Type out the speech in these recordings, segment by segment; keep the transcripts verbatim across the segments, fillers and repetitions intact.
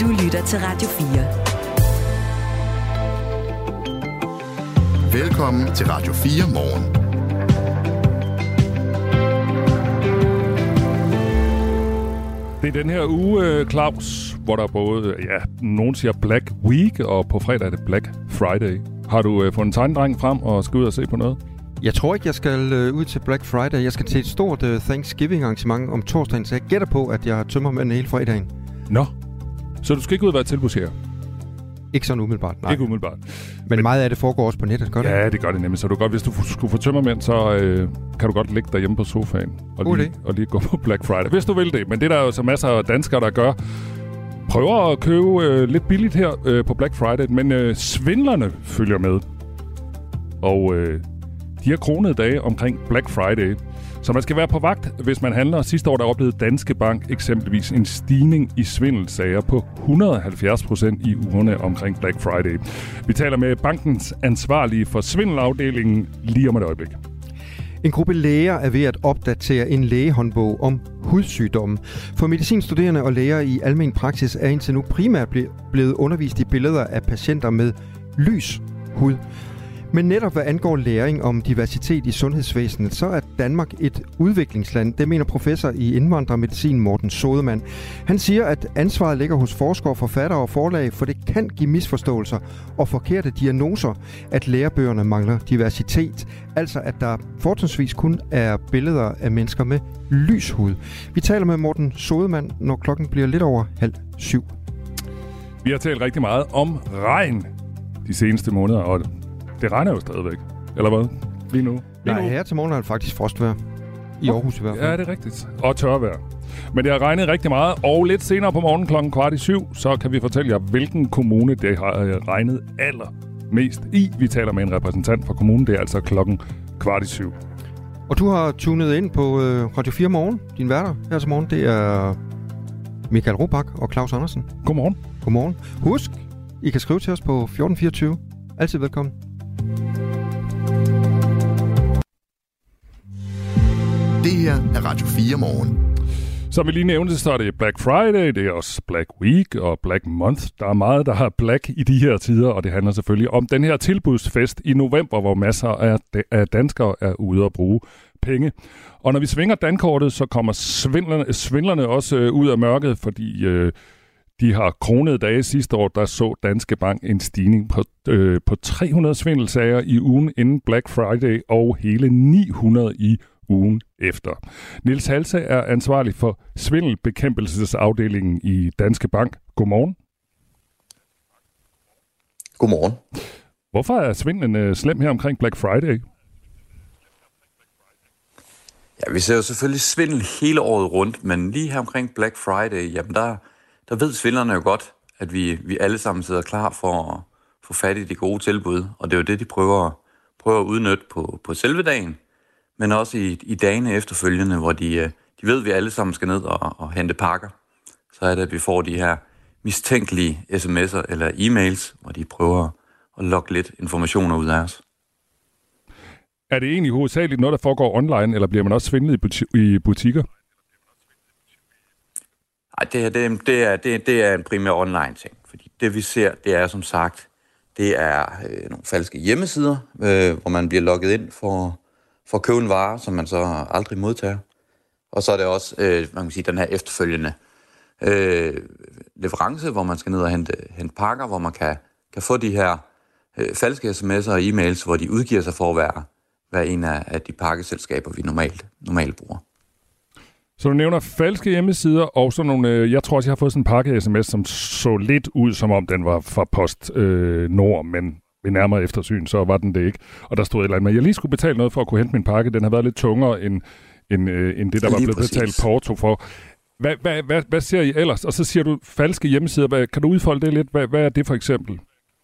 Du lytter til Radio fire. Velkommen til Radio fire Morgen. Det er den her uge, Claus, hvor der både, ja, nogen siger Black Week, og på fredag er det Black Friday. Har du øh, fået en tegnedreng frem og skal ud og se på noget? Jeg tror ikke, jeg skal øh, ud til Black Friday. Jeg skal til et stort øh, Thanksgiving-arrangement om torsdagen, så jeg gætter på, at jeg tømmer manden hele fredagen. Nå, så du skal ikke ud og være tilbudsjæger? Ikke sådan umiddelbart, nej. Ikke umiddelbart. Men, Men meget af det foregår også på nettet, gør det? Ja, det gør det nemlig. Så du godt, hvis du skulle få tømmermænd, så øh, kan du godt ligge derhjemme på sofaen og lige, og lige gå på Black Friday. Hvis du vil det. Men det er der jo så masser af danskere, der gør. Prøver at købe øh, lidt billigt her øh, på Black Friday, men øh, svindlerne følger med. Og øh, de har kronede dage omkring Black Friday. Så man skal være på vagt, hvis man handler. Sidste år der oplevede Danske Bank eksempelvis en stigning i svindelsager på et hundrede og halvfjerds procent i ugerne omkring Black Friday. Vi taler med bankens ansvarlige for svindelafdelingen lige om et øjeblik. En gruppe læger er ved at opdatere en lægehåndbog om hudsygdomme. For medicinstuderende og læger i almen praksis er indtil nu primært blevet undervist i billeder af patienter med lys hud. Men netop hvad angår læring om diversitet i sundhedsvæsenet, så er Danmark et udviklingsland. Det mener professor i indvandrermedicin Morten Sodemann. Han siger, at ansvaret ligger hos forskere, forfattere og forlag, for det kan give misforståelser og forkerte diagnoser, at lærebøgerne mangler diversitet. Altså at der fortrinsvis kun er billeder af mennesker med lys hud. Vi taler med Morten Sodemann, når klokken bliver lidt over halv syv. Vi har talt rigtig meget om regn de seneste måneder, og det regner jo stadigvæk. Eller hvad? Lige nu. Lige Nej, nu. her til morgen er det faktisk frostvejr. I Aarhus i hvert fald. Ja, det er rigtigt. Og tørvejr. Men det har regnet rigtig meget, og lidt senere på morgenen klokken kvart i syv, så kan vi fortælle jer, hvilken kommune det har regnet allermest i. Vi taler med en repræsentant fra kommunen. Det er altså klokken kvart i syv. Og du har tunet ind på øh, Radio fire Morgen. Din værter her til morgen, det er Michael Robach og Claus Andersen. Godmorgen. Godmorgen. Husk, I kan skrive til os på fjorten fireogtyve. Altid velkommen. Det her er Radio fire Morgen. Som vi lige nævnte, så er det Black Friday, det er også Black Week og Black Month. Der er meget, der har black i de her tider, og det handler selvfølgelig om den her tilbudsfest i november, hvor masser af danskere er ude at bruge penge. Og når vi svinger dankortet, så kommer svindlerne, svindlerne også øh, ud af mørket, fordi øh, de har kronede dage sidste år, der så Danske Bank en stigning på, øh, på tre hundrede svindelsager i ugen inden Black Friday og hele ni hundrede i ugen efter. Niels Halse er ansvarlig for svindelbekæmpelsesafdelingen i Danske Bank. Godmorgen. Godmorgen. Hvorfor er svindlen slem her omkring Black Friday? Ja, vi ser jo selvfølgelig svindel hele året rundt, men lige her omkring Black Friday, jamen der, der ved svindlerne jo godt, at vi, vi alle sammen sidder klar for at få fat i de gode tilbud, og det er jo det, de prøver, prøver at udnytte på, på selve dagen, men også i, i dagene efterfølgende, hvor de, de ved, at vi alle sammen skal ned og, og hente pakker. Så er det, at vi får de her mistænkelige sms'er eller e-mails, hvor de prøver at lokke lidt informationer ud af os. Er det egentlig hovedsageligt noget, der foregår online, eller bliver man også svindlet i, buti- i butikker? Ej, det, her, det, det, er, det, det er en primær online ting, fordi det vi ser, det er som sagt, det er øh, nogle falske hjemmesider, øh, hvor man bliver logget ind for, for at købe en vare, som man så aldrig modtager. Og så er det også, øh, man kan sige, den her efterfølgende øh, leverance, hvor man skal ned og hente, hente pakker, hvor man kan, kan få de her øh, falske sms'er og e-mails, hvor de udgiver sig for at være, være en af, af de pakkeselskaber, vi normalt, normalt bruger. Så du nævner falske hjemmesider, og så nogle, øh, jeg tror også, jeg har fået sådan en pakke-sms, som så lidt ud, som om den var fra Post øh, Nord, men ved nærmere eftersyn, så var den det ikke. Og der stod et eller andet med, jeg lige skulle betale noget for at kunne hente min pakke. Den har været lidt tungere, end, end, øh, end det, der lige var blevet præcis. betalt porto for. Hvad, hvad, hvad, hvad ser I ellers? Og så siger du falske hjemmesider. Hvad, kan du udfolde det lidt? Hvad, hvad er det for eksempel?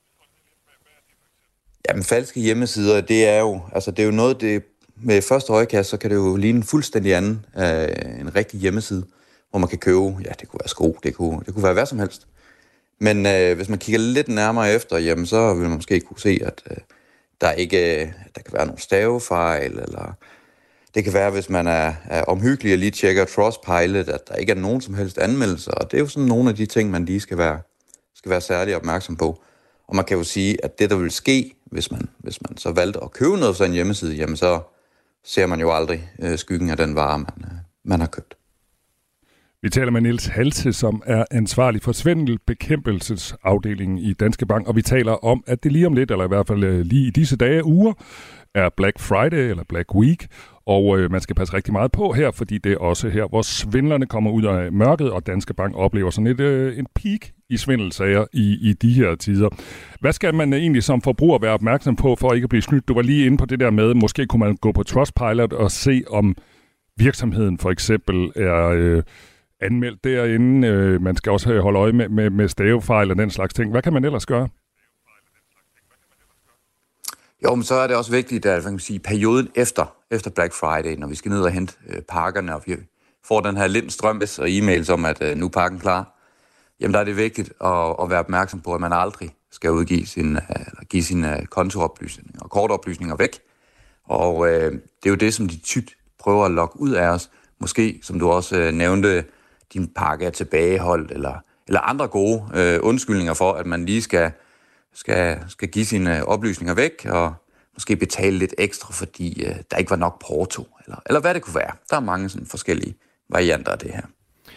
Jamen, falske hjemmesider, det er jo, altså, det er jo noget, det med første øjekast, så kan det jo ligne en fuldstændig anden øh, en rigtig hjemmeside, hvor man kan købe, ja, det kunne være sko, det kunne, det kunne være hvad som helst. Men øh, hvis man kigger lidt nærmere efter, jamen, så vil man måske kunne se, at øh, der ikke, der kan være nogle stavefejl, eller Det kan være, hvis man er, er omhyggelig og lige tjekker Trustpilot, at der ikke er nogen som helst anmeldelser. Og det er jo sådan nogle af de ting, man lige skal være, skal være særlig opmærksom på. Og man kan jo sige, at det, der vil ske, hvis man, hvis man så valgte at købe noget på en hjemmeside, jamen så ser man jo aldrig øh, skyggen af den vare, man, øh, man har købt. Vi taler med Niels Halse, som er ansvarlig for svindelbekæmpelsesafdelingen i Danske Bank, og vi taler om, at det lige om lidt, eller i hvert fald lige i disse dage uger, er Black Friday eller Black Week, og øh, man skal passe rigtig meget på her, fordi det er også her, hvor svindlerne kommer ud af mørket, og Danske Bank oplever sådan et, øh, en peak i svindelsager i, i de her tider. Hvad skal man egentlig som forbruger være opmærksom på, for ikke at blive snydt? Du var lige inde på det der med, måske kunne man gå på Trustpilot og se, om virksomheden for eksempel er øh, anmeldt derinde. Øh, man skal også holde øje med, med, med stavefejl og den slags ting. Hvad kan man ellers gøre? Jo, men så er det også vigtigt, at man kan sige, perioden efter, efter Black Friday, når vi skal ned og hente øh, pakkerne, og vi får den her lind strøm og e-mails om, at øh, nu er pakken klar, jamen der er det vigtigt at, at være opmærksom på, at man aldrig skal udgive sin, eller give sine kontooplysninger og kortoplysninger væk. Og øh, det er jo det, som de tit prøver at lokke ud af os. Måske, som du også øh, nævnte, din pakke er tilbageholdt, eller, eller andre gode øh, undskyldninger for, at man lige skal Skal, skal give sine oplysninger væk, og måske betale lidt ekstra, fordi øh, der ikke var nok porto, eller, eller hvad det kunne være. Der er mange sådan forskellige varianter af det her.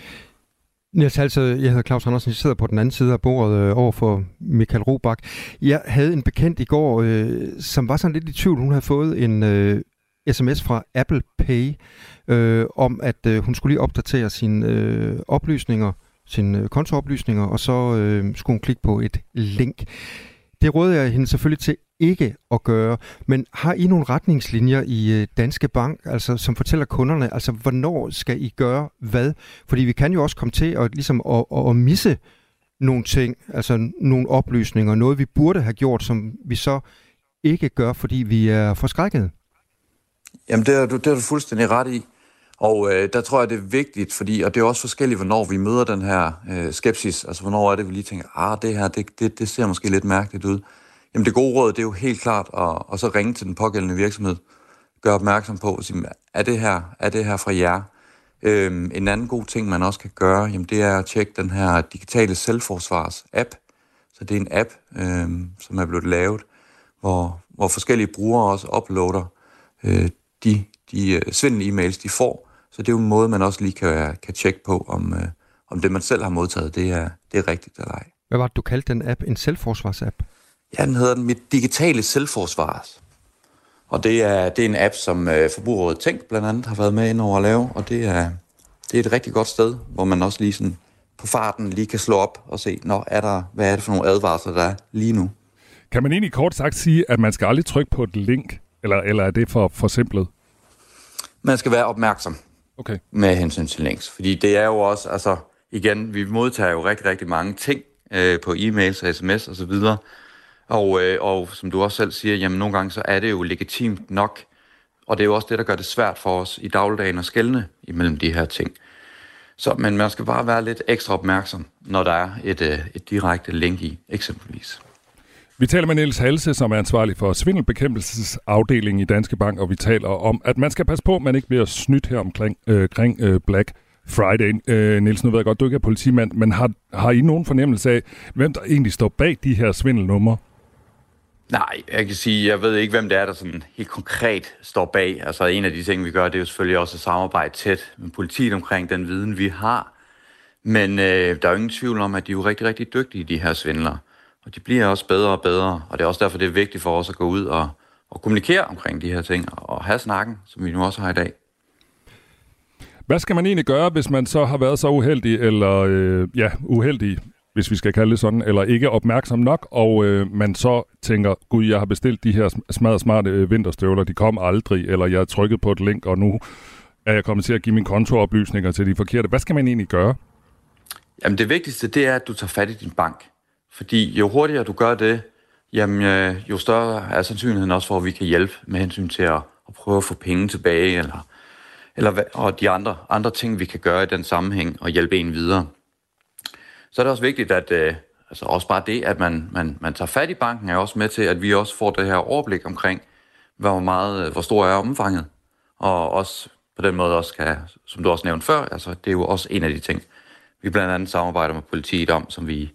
Niels Halse, jeg hedder Claus Andersen, jeg sidder på den anden side af bordet øh, over for Michael Robach. Jeg havde en bekendt i går, øh, som var sådan lidt i tvivl. Hun havde fået en øh, sms fra Apple Pay, øh, om at øh, hun skulle lige opdatere sine øh, oplysninger, sine kontooplysninger, og så øh, skulle hun klikke på et link. Det råder jeg hende selvfølgelig til ikke at gøre, men har I nogle retningslinjer i Danske Bank, altså som fortæller kunderne, altså hvornår skal I gøre hvad? Fordi vi kan jo også komme til at, ligesom, at, at misse nogle ting, altså nogle oplysninger, noget vi burde have gjort, som vi så ikke gør, fordi vi er forskrækket. Jamen det er du, det er du fuldstændig ret i. Og øh, der tror jeg, det er vigtigt, fordi, og det er også forskelligt, hvornår vi møder den her øh, skepsis. Altså, hvornår er det, vi lige tænker, ah, det her, det, det, det ser måske lidt mærkeligt ud. Jamen, det gode råd, det er jo helt klart at, at så ringe til den pågældende virksomhed. Gør opmærksom på, at sige, er det her, er det her fra jer? Øhm, en anden god ting, man også kan gøre, jamen, det er at tjekke den her digitale selvforsvars-app. Så det er en app, øhm, som er blevet lavet, hvor, hvor forskellige brugere også uploader øh, de, de uh, svindel-e-mails, de får. Så det er jo en måde, man også lige kan, kan tjekke på, om, øh, om det, man selv har modtaget, det er, det er rigtigt eller ej. Hvad var det, du kaldte den app? En selvforsvars-app? Ja, den hedder den Mit Digitale Selvforsvars. Og det er, det er en app, som øh, Forbrugerrådet Tænk blandt andet har været med ind over at lave, og det er, det er et rigtig godt sted, hvor man også lige sådan på farten lige kan slå op og se, nå, er der, hvad er det for nogle advarsler, der er lige nu. Kan man egentlig kort sagt sige, at man skal aldrig trykke på et link, eller, eller er det for forsimplet? Man skal være opmærksom. Okay. Med hensyn til links. Fordi det er jo også, altså igen, vi modtager jo rigtig, rigtig mange ting øh, på e-mails og sms og så videre. Og, øh, og som du også selv siger, jamen nogle gange så er det jo legitimt nok. Og det er jo også det, der gør det svært for os i dagligdagen at skelne imellem de her ting. Så, men man skal bare være lidt ekstra opmærksom, når der er et, øh, et direkte link i, eksempelvis. Vi taler med Niels Halse, som er ansvarlig for svindelbekæmpelsesafdelingen i Danske Bank, og vi taler om, at man skal passe på, at man ikke bliver snydt her omkring øh, kring, øh, Black Friday. Øh, Niels, nu ved jeg godt, du ikke er politimand, men har, har I nogen fornemmelse af, hvem der egentlig står bag de her svindelnumre? Nej, jeg kan sige, jeg ved ikke, hvem det er, der sådan helt konkret står bag. Altså en af de ting, vi gør, det er jo selvfølgelig også at samarbejde tæt med politiet omkring den viden, vi har. Men øh, der er jo ingen tvivl om, at de er jo rigtig, rigtig dygtige, de her svindlere. Og de bliver også bedre og bedre, og det er også derfor, det er vigtigt for os at gå ud og, og kommunikere omkring de her ting, og have snakken, som vi nu også har i dag. Hvad skal man egentlig gøre, hvis man så har været så uheldig, eller øh, ja, uheldig, hvis vi skal kalde det sådan, eller ikke opmærksom nok, og øh, man så tænker, gud, jeg har bestilt de her smadret smarte øh, vinterstøvler, de kom aldrig, eller jeg har trykket på et link, og nu er jeg kommet til at give mine kontooplysninger til de forkerte. Hvad skal man egentlig gøre? Jamen det vigtigste, det er, at du tager fat i din bank. Fordi jo hurtigere du gør det, jamen, jo større er sandsynligheden også for, at vi kan hjælpe med hensyn til at, at prøve at få penge tilbage, eller, eller og de andre, andre ting, vi kan gøre i den sammenhæng, og hjælpe en videre. Så er det også vigtigt, at øh, altså også bare det, at man, man, man tager fat i banken, er også med til, at vi også får det her overblik omkring, hvor meget, hvor stor er omfanget, og også på den måde også kan, som du også nævnte før, altså det er jo også en af de ting, vi blandt andet samarbejder med politiet om, som vi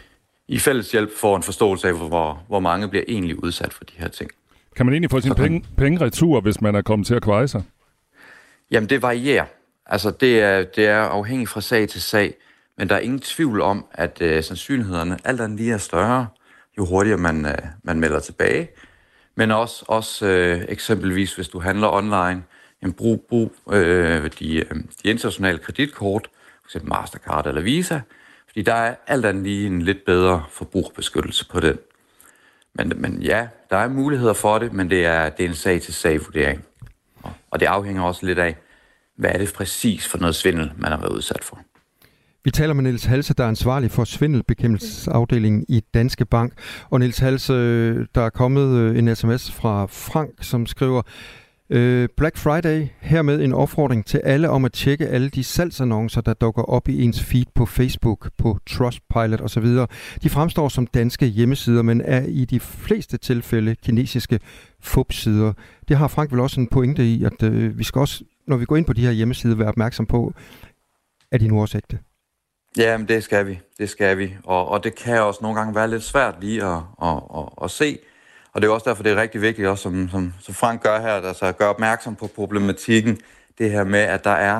i fælles hjælp får en forståelse af, hvor, hvor mange bliver egentlig udsat for de her ting. Kan man egentlig få sine penge, penge retur, hvis man er kommet til at kveje sig? Jamen, det varierer. Altså, det er, det er afhængigt fra sag til sag, men der er ingen tvivl om, at øh, sandsynlighederne alt andet lige er større, jo hurtigere man, øh, man melder tilbage. Men også, også øh, eksempelvis, hvis du handler online, jamen, brug, brug øh, de, øh, de internationale kreditkort, f.eks. Mastercard eller Visa, fordi der er alt andet lige en lidt bedre forbrugerbeskyttelse på den. Men, men ja, der er muligheder for det, men det er, det er en sag-til-sag-vurdering. Og, og det afhænger også lidt af, hvad er det præcis for noget svindel, man har været udsat for. Vi taler med Niels Halse, der er ansvarlig for svindelbekæmpelsesafdelingen i Danske Bank. Og Niels Halse, der er kommet en sms fra Frank, som skriver: Black Friday, hermed en opfordring til alle om at tjekke alle de salgsannoncer, der dukker op i ens feed på Facebook, på Trustpilot osv. De fremstår som danske hjemmesider, men er i de fleste tilfælde kinesiske fup-sider. Det har Frank vel også en pointe i, at øh, vi skal også, når vi går ind på de her hjemmesider, være opmærksom på, at de nu også ægte. Ja, men det skal vi. Det skal vi. Og, og det kan også nogle gange være lidt svært lige at, at, at, at se. Og det er også derfor, det er rigtig vigtigt, også som, som, som Frank gør her, altså at gøre opmærksom på problematikken. Det her med, at der er,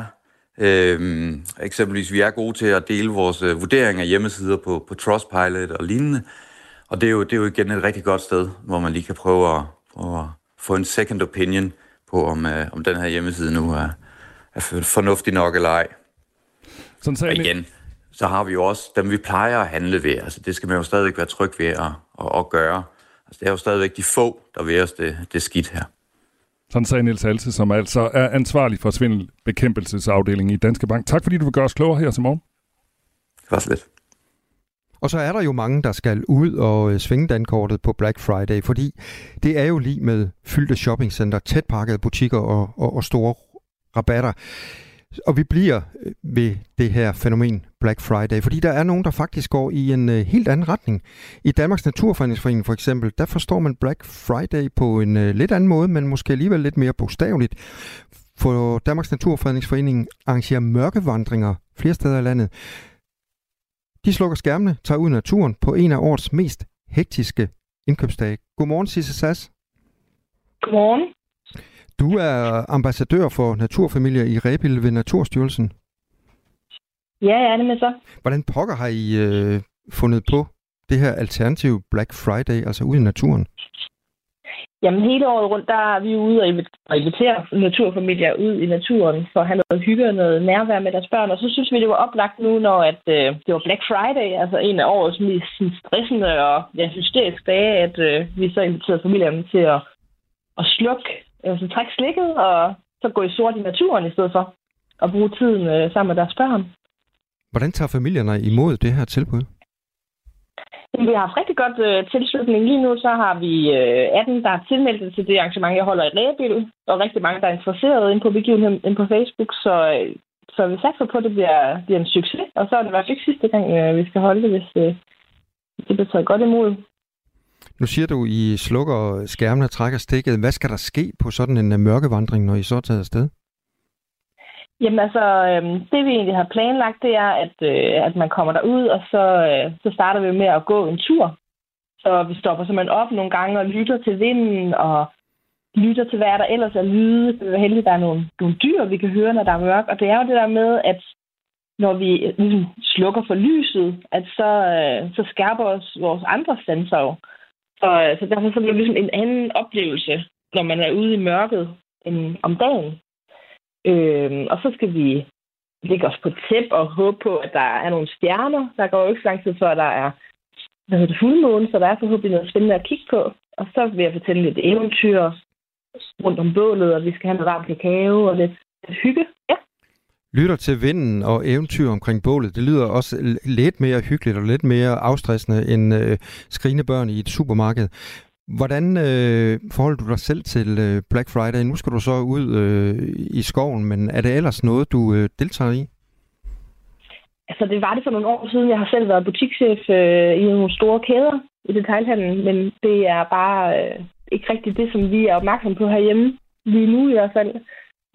øh, eksempelvis vi er gode til at dele vores øh, vurdering af hjemmesider på, på Trustpilot og lignende. Og det er, jo, det er jo igen et rigtig godt sted, hvor man lige kan prøve at, prøve at få en second opinion på, om, øh, om den her hjemmeside nu er, er fornuftig nok eller ej. Sådan og igen, så har vi jo også dem, vi plejer at handle ved. Altså det skal man jo stadigvæk være tryg ved at, at, at gøre. Altså, det er jo stadigvæk de få, der vil os det, det skidt her. Sådan sagde Niels Halse, som altså er ansvarlig for svindelbekæmpelsesafdelingen i Danske Bank. Tak fordi du vil gøre os klogere her til morgen. Det var så lidt. Og så er der jo mange, der skal ud og svinge dankortet på Black Friday, fordi det er jo lige med fyldte shoppingcenter, tætpakkede butikker og, og, og store rabatter. Og vi bliver ved det her fænomen Black Friday, fordi der er nogen, der faktisk går i en uh, helt anden retning. I Danmarks Naturfredningsforening for eksempel, der forstår man Black Friday på en uh, lidt anden måde, men måske alligevel lidt mere bogstaveligt. For Danmarks Naturfredningsforening arrangerer mørkevandringer flere steder i landet. De slukker skærmene, tager ud i naturen på en af årets mest hektiske indkøbsdage. Godmorgen, Sisse Sass. Godmorgen. Du er ambassadør for naturfamilier i Rebild ved Naturstyrelsen. Ja, jeg er det med så. Hvordan pokker har I øh, fundet på det her alternative Black Friday, altså ude i naturen? Jamen hele året rundt, der er vi ude og invitere naturfamilier ud i naturen for at have noget hygge og noget nærvær med deres børn. Og så synes vi, det var oplagt nu, når at, øh, det var Black Friday, altså en af årets mest stressende og ja, hysteriske dage, at øh, vi så inviterede familierne til at, at slukke, altså trække slikket og så gå i sort i naturen i stedet for at bruge tiden øh, sammen med deres børn. Hvordan tager familierne imod det her tilbud? Vi har haft rigtig godt øh, tilslutning. Lige nu så har vi øh, atten, der er tilmeldt til det arrangement, jeg holder i Rebild, og rigtig mange, der er interesseret inde på begivenheden inde på Facebook. Så, øh, så vi satser på, at det bliver, bliver en succes. Og så er det i hvert fald ikke sidste gang, øh, vi skal holde det, hvis øh, det bliver taget godt imod. Nu siger du, I slukker skærmene og trækker stikket. Hvad skal der ske på sådan en uh, mørkevandring, når I så er taget afsted? Jamen altså, øh, det vi egentlig har planlagt, det er, at, øh, at man kommer derud, og så, øh, så starter vi med at gå en tur. Så vi stopper simpelthen op nogle gange og lytter til vinden, og lytter til, hvad der ellers er lyde. Det er heldigt, at der er nogle, nogle dyr, vi kan høre, når der er mørkt. Og det er jo det der med, at når vi ligesom slukker for lyset, at så, øh, så skærper os vores andre sanser jo. Så, så derfor så bliver det ligesom en anden oplevelse, når man er ude i mørket end om dagen. Øhm, og så skal vi lægge os på tæp og håbe på, at der er nogle stjerner. Der går jo ikke så lang tid før, der er hvad hedder det, fuldmåne, så der er forhåbentlig noget spændende at kigge på. Og så vil jeg fortælle lidt eventyr rundt om bålet, og vi skal have noget varm kakao og lidt, lidt hygge. Ja. Lytter til vinden og eventyr omkring bålet. Det lyder også lidt mere hyggeligt og lidt mere afstressende end øh, skrigende børn i et supermarked. Hvordan øh, forholder du dig selv til øh, Black Friday? Nu skal du så ud øh, i skoven, men er det ellers noget, du øh, deltager i? Altså, det var det for nogle år siden. Jeg har selv været butikschef øh, i nogle store kæder i detailhandlen, men det er bare øh, ikke rigtigt det, som vi er opmærksom på herhjemme, lige nu i hvert fald.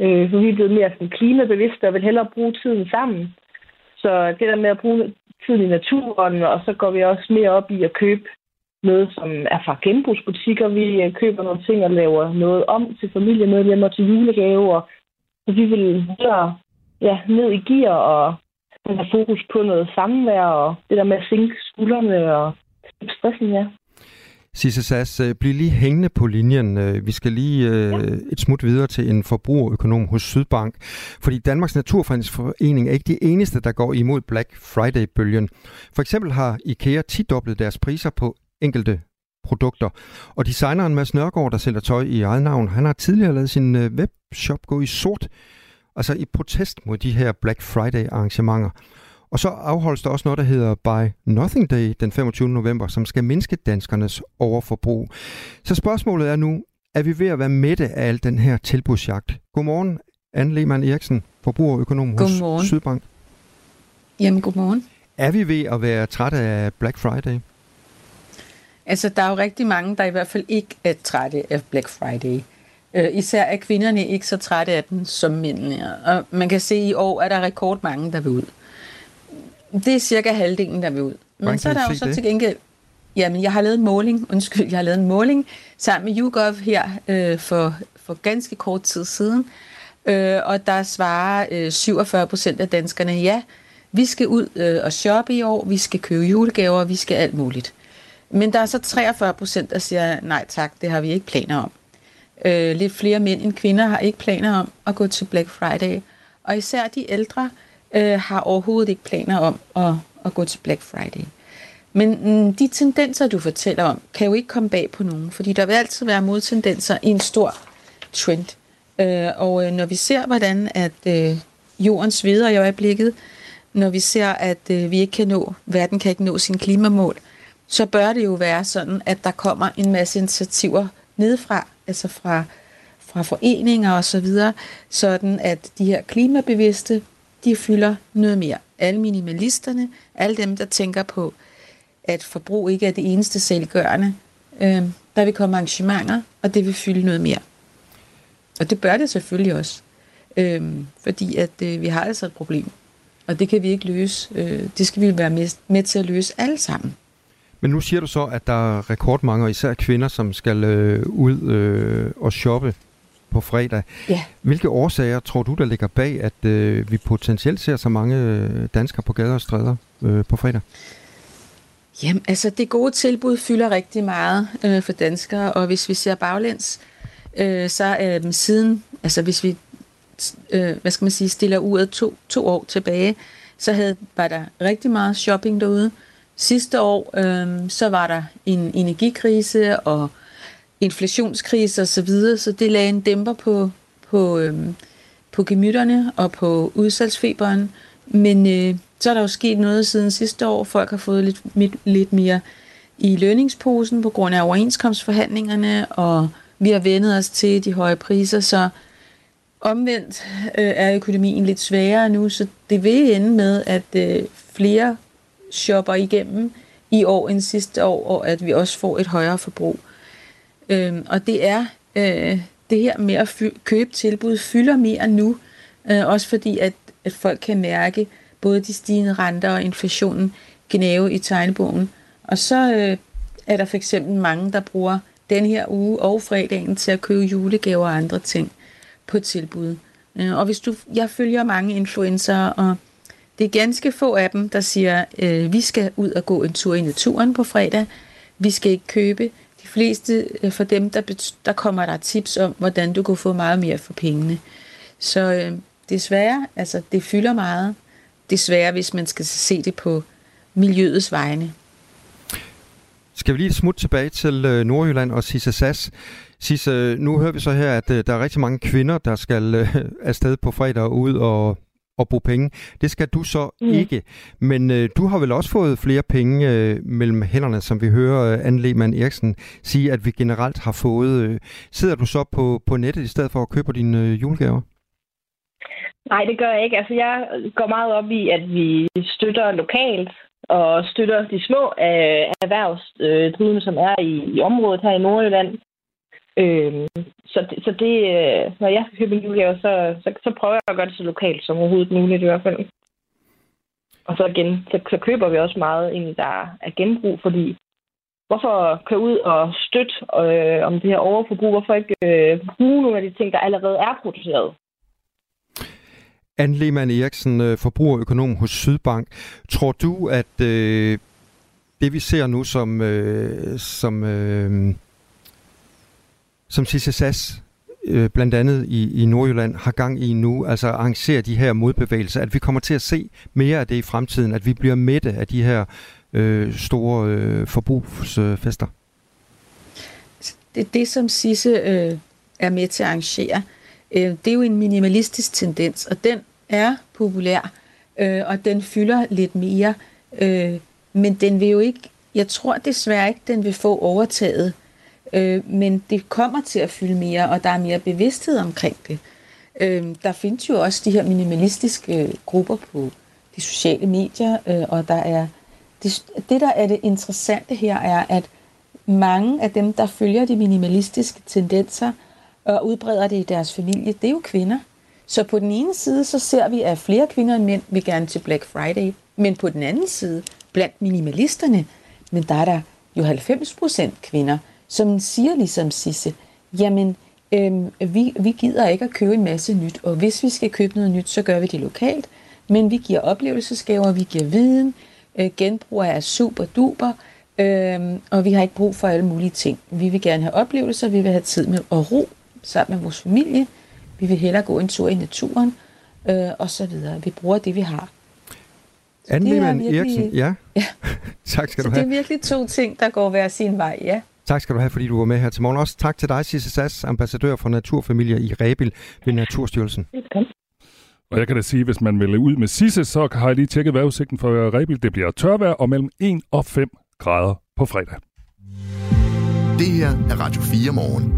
Øh, for vi er blevet mere sådan klimabevidste og vil hellere bruge tiden sammen. Så det der med at bruge tiden i naturen, og så går vi også mere op i at købe noget, som er fra genbrugsbutikker. Vi køber nogle ting og laver noget om til familiemedlemmer, til julegaver. Så vi vil hellere ja, ned i gear og have fokus på noget samvær og det der med at sænke skuldrene og stressen, ja. Sisse Sass, bliv lige hængende på linjen. Vi skal lige ja. et smut videre til en forbrugerøkonom hos Sydbank. Fordi Danmarks Naturfredningsforening er ikke de eneste, der går imod Black Friday-bølgen. For eksempel har IKEA tidoblet deres priser på enkelte produkter. Og designeren Mads Nørgaard, der sælger tøj i eget navn, han har tidligere lavet sin webshop gå i sort. Altså i protest mod de her Black Friday-arrangementer. Og så afholdes der også noget, der hedder Buy Nothing Day den femogtyvende november, som skal mindske danskernes overforbrug. Så spørgsmålet er nu, er vi ved at være mætte af al den her tilbudsjagt? Godmorgen, Anne Lehmann Eriksen, forbrugerøkonom hos godmorgen. Sydbank. Jamen, godmorgen. Er vi ved at være trætte af Black Friday? Altså, der er jo rigtig mange, der i hvert fald ikke er trætte af Black Friday. Uh, især er kvinderne ikke så trætte af den som mændene. Og man kan se, at i år er der rekordmange, der vil ud. Det er cirka halvdelen, der vil ud. Men så er der jo så det? til gengæld... Jamen, jeg har lavet en måling, undskyld, jeg har lavet en måling sammen med YouGov her øh, for, for ganske kort tid siden. Øh, og der svarer øh, syvogfyrre procent af danskerne, ja, vi skal ud øh, og shoppe i år, vi skal købe julegaver, vi skal alt muligt. Men der er så treogfyrre procent, der siger, nej tak, det har vi ikke planer om. Øh, lidt flere mænd end kvinder har ikke planer om at gå til Black Friday. Og især de ældre øh, har overhovedet ikke planer om at, at gå til Black Friday. Men mm, de tendenser, du fortæller om, kan jo ikke komme bag på nogen, fordi der vil altid være modtendenser i en stor trend. Øh, og øh, når vi ser, hvordan at øh, jorden sveder i øjeblikket, når vi ser, at øh, vi ikke kan nå, verden kan ikke nå sine klimamål, så bør det jo være sådan, at der kommer en masse initiativer nedefra, altså fra, fra foreninger og så videre, sådan at de her klimabevidste, de fylder noget mere. Alle minimalisterne, alle dem, der tænker på, at forbrug ikke er det eneste saliggørende, øh, der vil komme arrangementer, og det vil fylde noget mere. Og det bør det selvfølgelig også, øh, fordi at øh, vi har altså et problem, og det kan vi ikke løse. Øh, det skal vi være med, med til at løse alle sammen. Men nu siger du så, at der er rekordmange, og især kvinder, som skal øh, ud øh, og shoppe på fredag. Ja. Hvilke årsager tror du, der ligger bag, at øh, vi potentielt ser så mange danskere på gader og stræder øh, på fredag? Jamen, altså det gode tilbud fylder rigtig meget øh, for danskere, og hvis vi ser baglæns, øh, så øh, siden, altså hvis vi, øh, hvad skal man sige, stiller uret to, to år tilbage, så havde, var der rigtig meget shopping derude. Sidste år, øh, så var der en energikrise og inflationskrise og så videre, så det lagde en dæmper på, på, øh, på gemytterne og på udsalgsfeberen. Men øh, så er der jo sket noget siden sidste år. Folk har fået lidt, lidt mere i lønningsposen på grund af overenskomstforhandlingerne, og vi har vendet os til de høje priser, så omvendt øh, er økonomien lidt sværere nu, så det vil ende med, at øh, flere shopper igennem i år end sidste år, og at vi også får et højere forbrug. Øhm, og det er øh, det her med at fy- købe tilbud fylder mere nu, øh, også fordi at, at folk kan mærke både de stigende renter og inflationen gnave i tegnebogen. Og så øh, er der for eksempel mange, der bruger den her uge og fredagen til at købe julegaver og andre ting på tilbud. Øh, og hvis du, jeg følger mange influencer, og det er ganske få af dem, der siger, øh, vi skal ud og gå en tur i naturen på fredag. Vi skal ikke købe. De fleste øh, for dem, der, der kommer der tips om, hvordan du kan få meget mere for pengene. Så øh, desværre, altså det fylder meget. Desværre, hvis man skal se det på miljøets vegne. Skal vi lige smutte tilbage til øh, Nordjylland og Sisse Sass. Sisse, nu hører vi så her, at øh, der er rigtig mange kvinder, der skal øh, afsted på fredag og ud og og bruge penge. Det skal du så mm. ikke. Men øh, du har vel også fået flere penge øh, mellem hænderne, som vi hører øh, Anne Lehmann Eriksen sige, at vi generelt har fået. Øh, sidder du så på, på nettet i stedet for at købe dine øh, julegaver? Nej, det gør jeg ikke. Altså, jeg går meget op i, at vi støtter lokalt og støtter de små øh, erhvervsdrivende, som er i, i området her i Nordjylland. Øh, så, så det, når jeg skal købe en julegave, så, så, så prøver jeg at gøre det så lokalt som overhovedet muligt i hvert fald. Og så igen, så, så køber vi også meget egentlig, der er genbrug, fordi hvorfor køre ud og støtte øh, om det her overforbrug? Hvorfor ikke øh, bruge nogle af de ting, der allerede er produceret? Anne Lehmann Eriksen, forbrugerøkonom hos Sydbank. Tror du, at øh, det vi ser nu som, øh, som, øh, som C C S A S, øh, blandt andet i, i Nordjylland, har gang i nu, altså arrangerer de her modbevægelser, at vi kommer til at se mere af det i fremtiden, at vi bliver mætte af de her øh, store øh, forbrugsfester? Det er det, som Sisse øh, er med til at arrangere. Øh, det er jo en minimalistisk tendens, og den er populær, øh, og den fylder lidt mere. Øh, men den vil jo ikke, jeg tror desværre ikke, den vil få overtaget. Øh, men det kommer til at fylde mere, og der er mere bevidsthed omkring det. Øh, der findes jo også de her minimalistiske øh, grupper på de sociale medier, øh, og der er det, det, der er det interessante her, er, at mange af dem, der følger de minimalistiske tendenser og udbreder det i deres familie, det er jo kvinder. Så på den ene side, så ser vi, at flere kvinder end mænd vil gerne til Black Friday, men på den anden side, blandt minimalisterne, men der er der jo halvfems procent kvinder, som siger ligesom Sisse, jamen, øhm, vi, vi gider ikke at købe en masse nyt, og hvis vi skal købe noget nyt, så gør vi det lokalt, men vi giver oplevelsesgaver, vi giver viden, øh, genbrug er super duper, øh, og vi har ikke brug for alle mulige ting. Vi vil gerne have oplevelser, vi vil have tid med og ro sammen med vores familie, vi vil hellere gå en tur i naturen, øh, og så videre. Vi bruger det, vi har. Anne Lehmann Eriksen, ja. ja. Tak skal så du have. Det er virkelig to ting, der går hver sin vej, ja. Tak skal du have, fordi du var med her til morgen. Også tak til dig, Sisse Sass, ambassadør for naturfamilier i Rebild ved Naturstyrelsen. Og jeg kan da sige, hvis man vil ud med Sisse, så har jeg lige tjekket vejrudsigten for Rebild. Det bliver tørvejr og mellem en og fem grader på fredag. Det her er Radio fire Morgen.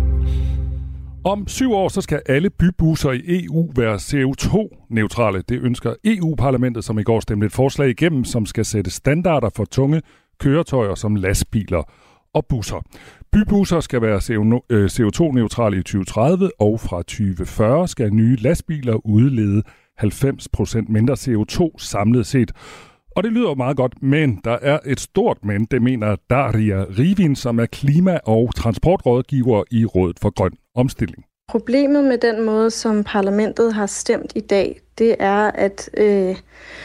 Om syv år så skal alle bybusser i E U være C O to neutrale. Det ønsker E U-parlamentet, som i går stemte et forslag igennem, som skal sætte standarder for tunge køretøjer som lastbiler og busser. Bybusser skal være C O to neutrale i tyve tredive, og fra tyve fyrre skal nye lastbiler udlede halvfems procent mindre C O to samlet set. Og det lyder meget godt, men der er et stort men, det mener Daria Rivin, som er klima- og transportrådgiver i Rådet for Grøn Omstilling. Problemet med den måde, som parlamentet har stemt i dag, det er, at, øh,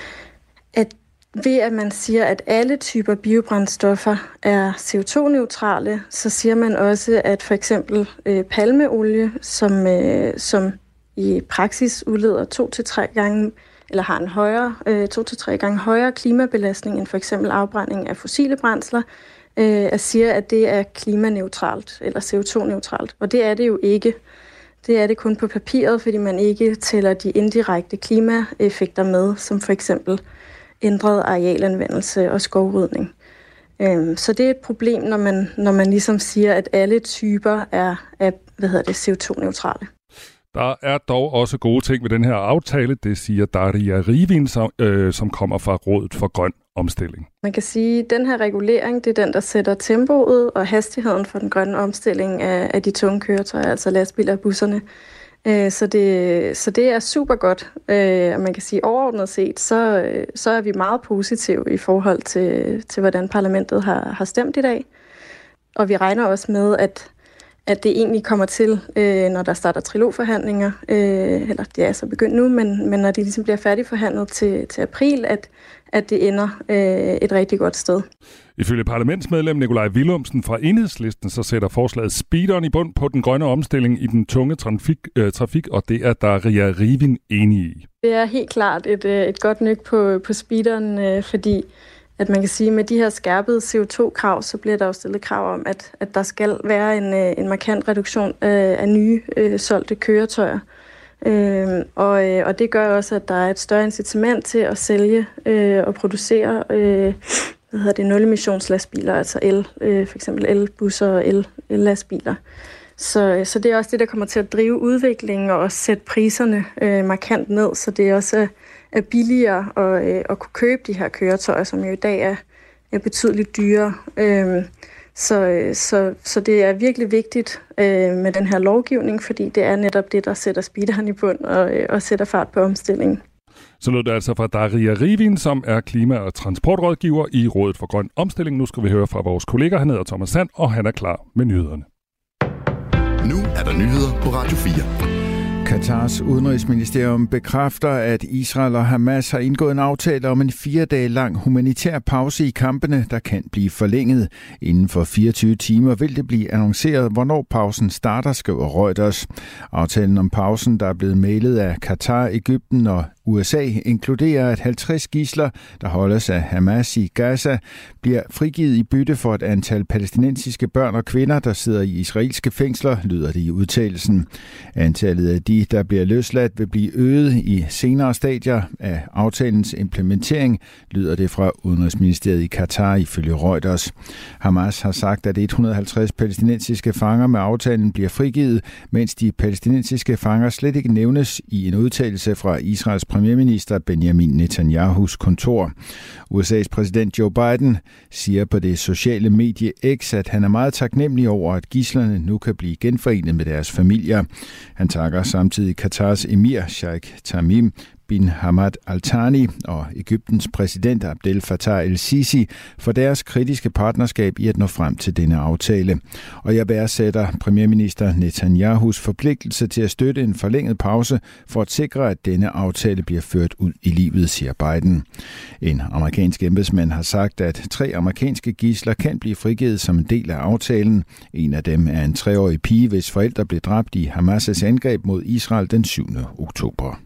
at ved at man siger, at alle typer biobrændstoffer er C O to neutrale, så siger man også, at for eksempel øh, palmeolie, som, øh, som i praksis udleder to til tre gange eller har en højere, øh, to til tre gange højere klimabelastning end for eksempel afbrænding af fossile brændsler, øh, at siger, at det er klimaneutralt eller C O to neutralt. Og det er det jo ikke. Det er det kun på papiret, fordi man ikke tæller de indirekte klimaeffekter med, som for eksempel ændret arealanvendelse og skovrydning. Øh, så det er et problem, når man, når man ligesom siger, at alle typer er, er hvad hedder det, C O to neutrale. Der er dog også gode ting ved den her aftale, det siger Daria Rivin, som, øh, som kommer fra Rådet for Grøn Omstilling. Man kan sige, at den her regulering, det er den, der sætter tempoet og hastigheden for den grønne omstilling af, af de tunge køretøjer, altså lastbiler og busserne. Øh, så, det, så det er super godt. Øh, og man kan sige, overordnet set, så, så er vi meget positive i forhold til, til hvordan parlamentet har, har stemt i dag. Og vi regner også med, at at det egentlig kommer til, øh, når der starter trilogforhandlinger, øh, eller det er så begyndt nu, men, men når de ligesom bliver færdigforhandlet til, til april, at, at det ender øh, et rigtig godt sted. Ifølge parlamentsmedlem Nikolaj Villumsen fra Enhedslisten, så sætter forslaget speederen i bund på den grønne omstilling i den tunge trafik, øh, trafik og det er Daria Rivin enig i. Det er helt klart et, et godt nyk på, på speederen, øh, fordi at man kan sige, at med de her skærpede C O to krav, så bliver der jo stillet krav om, at, at der skal være en, en markant reduktion af, af nye øh, solgte køretøjer. Øh, og, og det gør også, at der er et større incitament til at sælge øh, og producere øh, hvad hedder det, nul-emissionslastbiler, altså el, øh, for eksempel elbusser og el, el-lastbiler. Så, så det er også det, der kommer til at drive udviklingen og også sætte priserne øh, markant ned, så det er også er billigere at, øh, at kunne købe de her køretøjer, som jo i dag er, er betydeligt dyrere. Øh, Så, så, så det er virkelig vigtigt øh, med den her lovgivning, fordi det er netop det, der sætter speederen i bund og, øh, og sætter fart på omstillingen. Så lød det altså fra Daria Rivin, som er klima- og transportrådgiver i Rådet for Grøn Omstilling. Nu skal vi høre fra vores kollega, han hedder Thomas Sand, og han er klar med nyhederne. Nu er der nyheder på Radio fire. Katars udenrigsministerium bekræfter, at Israel og Hamas har indgået en aftale om en fire dage lang humanitær pause i kampene, der kan blive forlænget. Inden for fireogtyve timer vil det blive annonceret, hvornår pausen starter, skriver Reuters. Aftalen om pausen, der er blevet mailet af Katar, Egypten og U S A, inkluderer, at halvtreds gidsler, der holdes af Hamas i Gaza, bliver frigivet i bytte for et antal palæstinensiske børn og kvinder, der sidder i israelske fængsler, lyder det i udtalelsen. Antallet af de, der bliver løsladt, vil blive øget i senere stadier af aftalens implementering, lyder det fra Udenrigsministeriet i Katar ifølge Reuters. Hamas har sagt, at et hundrede og halvtreds palæstinensiske fanger med aftalen bliver frigivet, mens de palæstinensiske fanger slet ikke nævnes i en udtalelse fra Israels premierminister Benjamin Netanyahus kontor. U S A's præsident Joe Biden siger på det sociale medie X, at han er meget taknemmelig over, at gidslerne nu kan blive genforenet med deres familier. Han takker samtidig Katars emir Sheikh Tamim bin Hamad Al Thani og Egyptens præsident Abdel Fattah el-Sisi for deres kritiske partnerskab i at nå frem til denne aftale. Og jeg værdsætter premierminister Netanyahus forpligtelse til at støtte en forlænget pause for at sikre, at denne aftale bliver ført ud i livet, siger Biden. En amerikansk embedsmand har sagt, at tre amerikanske gidsler kan blive frigivet som en del af aftalen. En af dem er en treårig pige, hvis forældre blev dræbt i Hamas' angreb mod Israel den syvende oktober.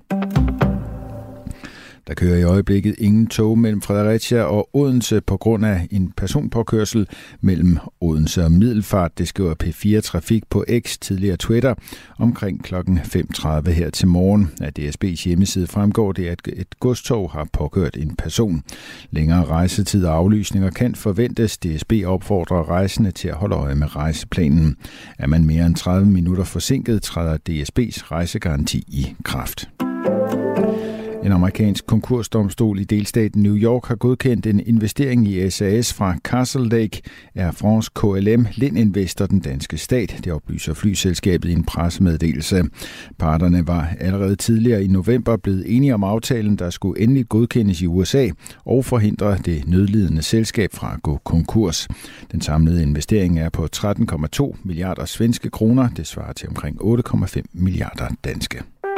Der kører i øjeblikket ingen tog mellem Fredericia og Odense på grund af en personpåkørsel mellem Odense og Middelfart. Det skriver P fire Trafik på X, tidligere Twitter, omkring klokken fem tredive her til morgen. Af D S B's hjemmeside fremgår det, at et godstog har påkørt en person. Længere rejsetid og aflysninger kan forventes. D S B opfordrer rejsende til at holde øje med rejseplanen. Er man mere end tredive minutter forsinket, træder D S B's rejsegaranti i kraft. En amerikansk konkursdomstol i delstaten New York har godkendt en investering i S A S fra Castle Lake. Air France K L M Lind-Investor den danske stat. Det oplyser flyselskabet i en pressemeddelelse. Parterne var allerede tidligere i november blevet enige om aftalen, der skulle endelig godkendes i U S A og forhindre det nødlidende selskab fra at gå konkurs. Den samlede investering er på tretten komma to milliarder svenske kroner. Det svarer til omkring otte komma fem milliarder danske.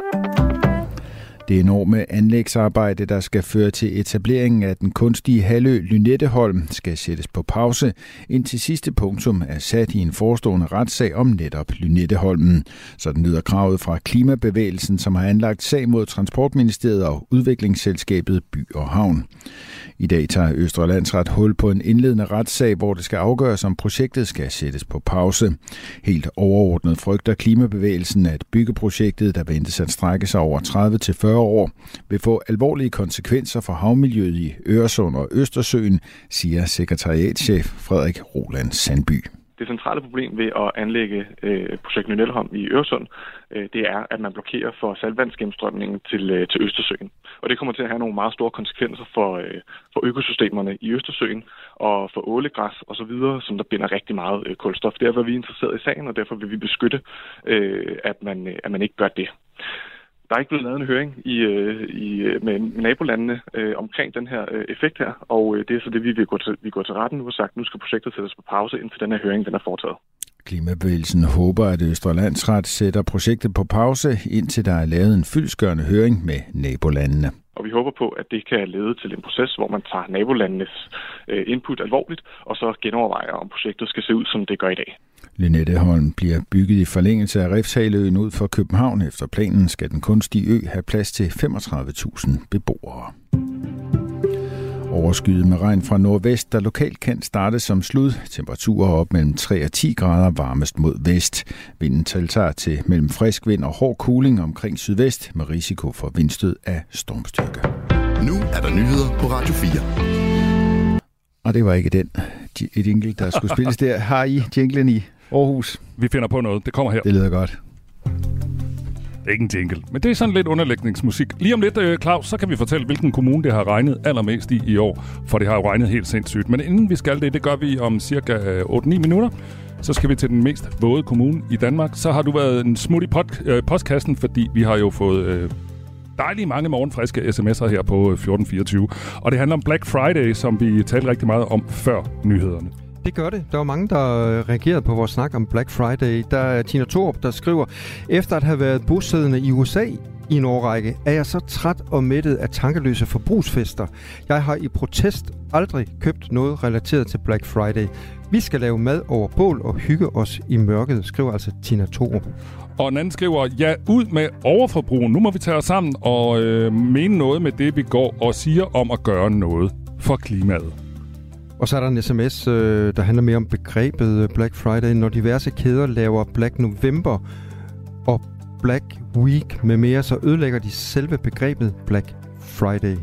Det enorme anlægsarbejde, der skal føre til etableringen af den kunstige halvø Lynetteholm, skal sættes på pause, indtil sidste punktum er sat i en forestående retssag om netop Lynetteholmen. Sådan lyder kravet fra Klimabevægelsen, som har anlagt sag mod Transportministeriet og Udviklingsselskabet By og Havn. I dag tager Østre Landsret hul på en indledende retssag, hvor det skal afgøres, om projektet skal sættes på pause. Helt overordnet frygter Klimabevægelsen, at byggeprojektet, der ventes at strække sig over tredive til fyrre år, vil få alvorlige konsekvenser for havmiljøet i Øresund og Østersøen, siger sekretariatschef Frederik Roland Sandby. Det centrale problem ved at anlægge øh, projekt Lynetteholm i Øresund, øh, det er, at man blokerer for saltvandsgennemstrømningen til, øh, til Østersøen. Og det kommer til at have nogle meget store konsekvenser for, øh, for økosystemerne i Østersøen og for ålegræs osv., som der binder rigtig meget øh, kulstof. Derfor er vi interesseret i sagen, og derfor vil vi beskytte, øh, at, man, øh, at man ikke gør det. Der er ikke blevet lavet en høring i, i, med nabolandene øh, omkring den her øh, effekt her, og øh, det er så det, vi vil gå til, vi går til retten nu og sagt, nu skal projektet sættes på pause, indtil den her høring den er foretaget. Klimabevægelsen håber, at Østre Landsret sætter projektet på pause, indtil der er lavet en fyldestgørende høring med nabolandene. Og vi håber på, at det kan lede til en proces, hvor man tager nabolandenes øh, input alvorligt, og så genovervejer, om projektet skal se ud, som det gør i dag. Lynetteholm bliver bygget i forlængelse af Refshaleøen ud for København. Efter planen skal den kunstige ø have plads til femogtredive tusind beboere. Overskyet med regn fra nordvest, der lokalt kan starte som slud. Temperaturer op mellem tre og ti grader, varmest mod vest. Vinden tiltager til mellem frisk vind og hård kuling omkring sydvest med risiko for vindstød af stormstyrke. Nu er der nyheder på Radio fire. Og det var ikke den et jingle, der skulle spilles der. Har I jinglen i Aarhus? Vi finder på noget. Det kommer her. Det lyder godt. Ingen jingle. Men det er sådan lidt underlægningsmusik. Lige om lidt, Claus, så kan vi fortælle, hvilken kommune det har regnet allermest i i år. For det har jo regnet helt sindssygt. Men inden vi skal det, det gør vi om cirka otte ni minutter. Så skal vi til den mest våde kommune i Danmark. Så har du været en smut i pod- øh, postkassen, fordi vi har jo fået øh, dejlige mange morgenfriske sms'er her på fjorten fireogtyve. Og det handler om Black Friday, som vi talte rigtig meget om før nyhederne. Det gør det. Der var mange, der reagerede på vores snak om Black Friday. Der er Tina Thorup, der skriver, efter at have været bosiddende i U S A i en årrække, er jeg så træt og mættet af tankeløse forbrugsfester. Jeg har i protest aldrig købt noget relateret til Black Friday. Vi skal lave mad over bål og hygge os i mørket, skriver altså Tina Thorup. Og en anden skriver, ja, ud med overforbrug. Nu må vi tage os sammen og øh, mene noget med det, vi går og siger om at gøre noget for klimaet. Og så er der en sms, øh, der handler mere om begrebet Black Friday. Når diverse kæder laver Black November og Black Week med mere, så ødelægger de selve begrebet Black Friday.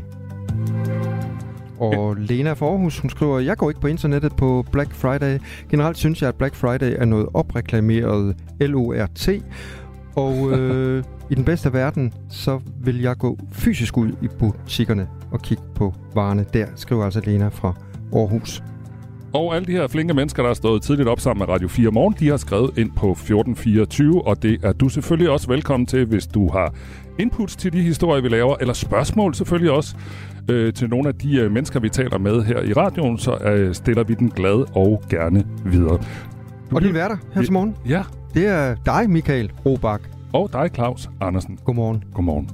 Og Lena fra Aarhus, hun skriver, jeg går ikke på internettet på Black Friday. Generelt synes jeg, at Black Friday er noget opreklameret L O R T. Og øh, i den bedste verden, så vil jeg gå fysisk ud i butikkerne og kigge på varerne der, skriver altså Lena fra Aarhus. Og alle de her flinke mennesker, der har stået tidligt op sammen med Radio fire Morgen, de har skrevet ind på fjorten fireogtyve, og det er du selvfølgelig også velkommen til, hvis du har inputs til de historier, vi laver, eller spørgsmål selvfølgelig også øh, til nogle af de øh, mennesker, vi taler med her i radioen, så øh, stiller vi den glad og gerne videre. Du og din værter her til morgen, ja. Det er dig, Michael Robach. Og dig, Claus Andersen. Godmorgen. Godmorgen.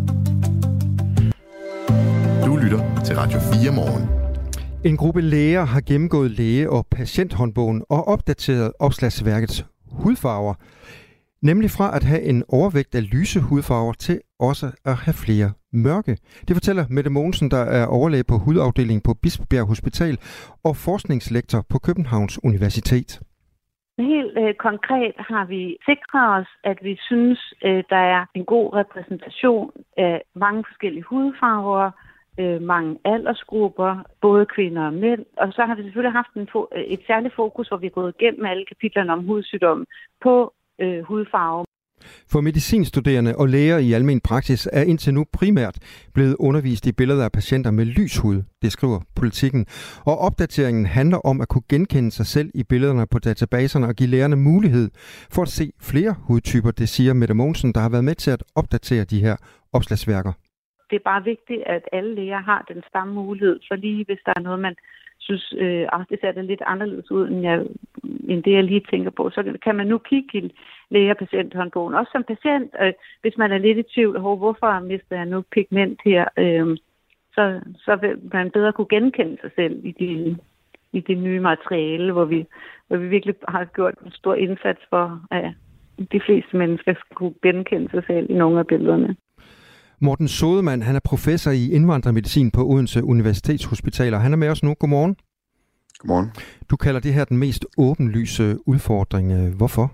Du lytter til Radio fire Morgen. En gruppe læger har gennemgået læge- og patienthåndbogen og opdateret opslagsværkets hudfarver. Nemlig fra at have en overvægt af lyse hudfarver til også at have flere mørke. Det fortæller Mette Mogensen, der er overlæge på hudafdelingen på Bispebjerg Hospital og forskningslektor på Københavns Universitet. Helt øh, konkret har vi sikret os, at vi synes, øh, der er en god repræsentation af mange forskellige hudfarver, øh, mange aldersgrupper, både kvinder og mænd. Og så har vi selvfølgelig haft en fo- et særligt fokus, hvor vi er gået igennem alle kapitlerne om hudsygdomme på øh, hudfarve. For medicinstuderende og læger i almen praksis er indtil nu primært blevet undervist i billeder af patienter med lys hud, det skriver Politikken. Og opdateringen handler om at kunne genkende sig selv i billederne på databaserne og give lægerne mulighed for at se flere hudtyper, det siger Mette Mogensen, der har været med til at opdatere de her opslagsværker. Det er bare vigtigt, at alle læger har den samme mulighed, for lige hvis der er noget, man synes, øh, at det ser det lidt anderledes ud, end, jeg, end det, jeg lige tænker på, så kan man nu kigge i læge- og patienthåndbogen. Også som patient, øh, hvis man er lidt i tvivl, oh, hvorfor mister jeg nu pigment her, øh, så, så vil man bedre kunne genkende sig selv i de, i det nye materiale, hvor vi, hvor vi virkelig har gjort en stor indsats for, at de fleste mennesker skal kunne genkende sig selv i nogle af billederne. Morten Sodemann, han er professor i indvandrermedicin på Odense Universitetshospital, og han er med os nu. Godmorgen. Godmorgen. Du kalder det her den mest åbenlyse udfordring. Hvorfor?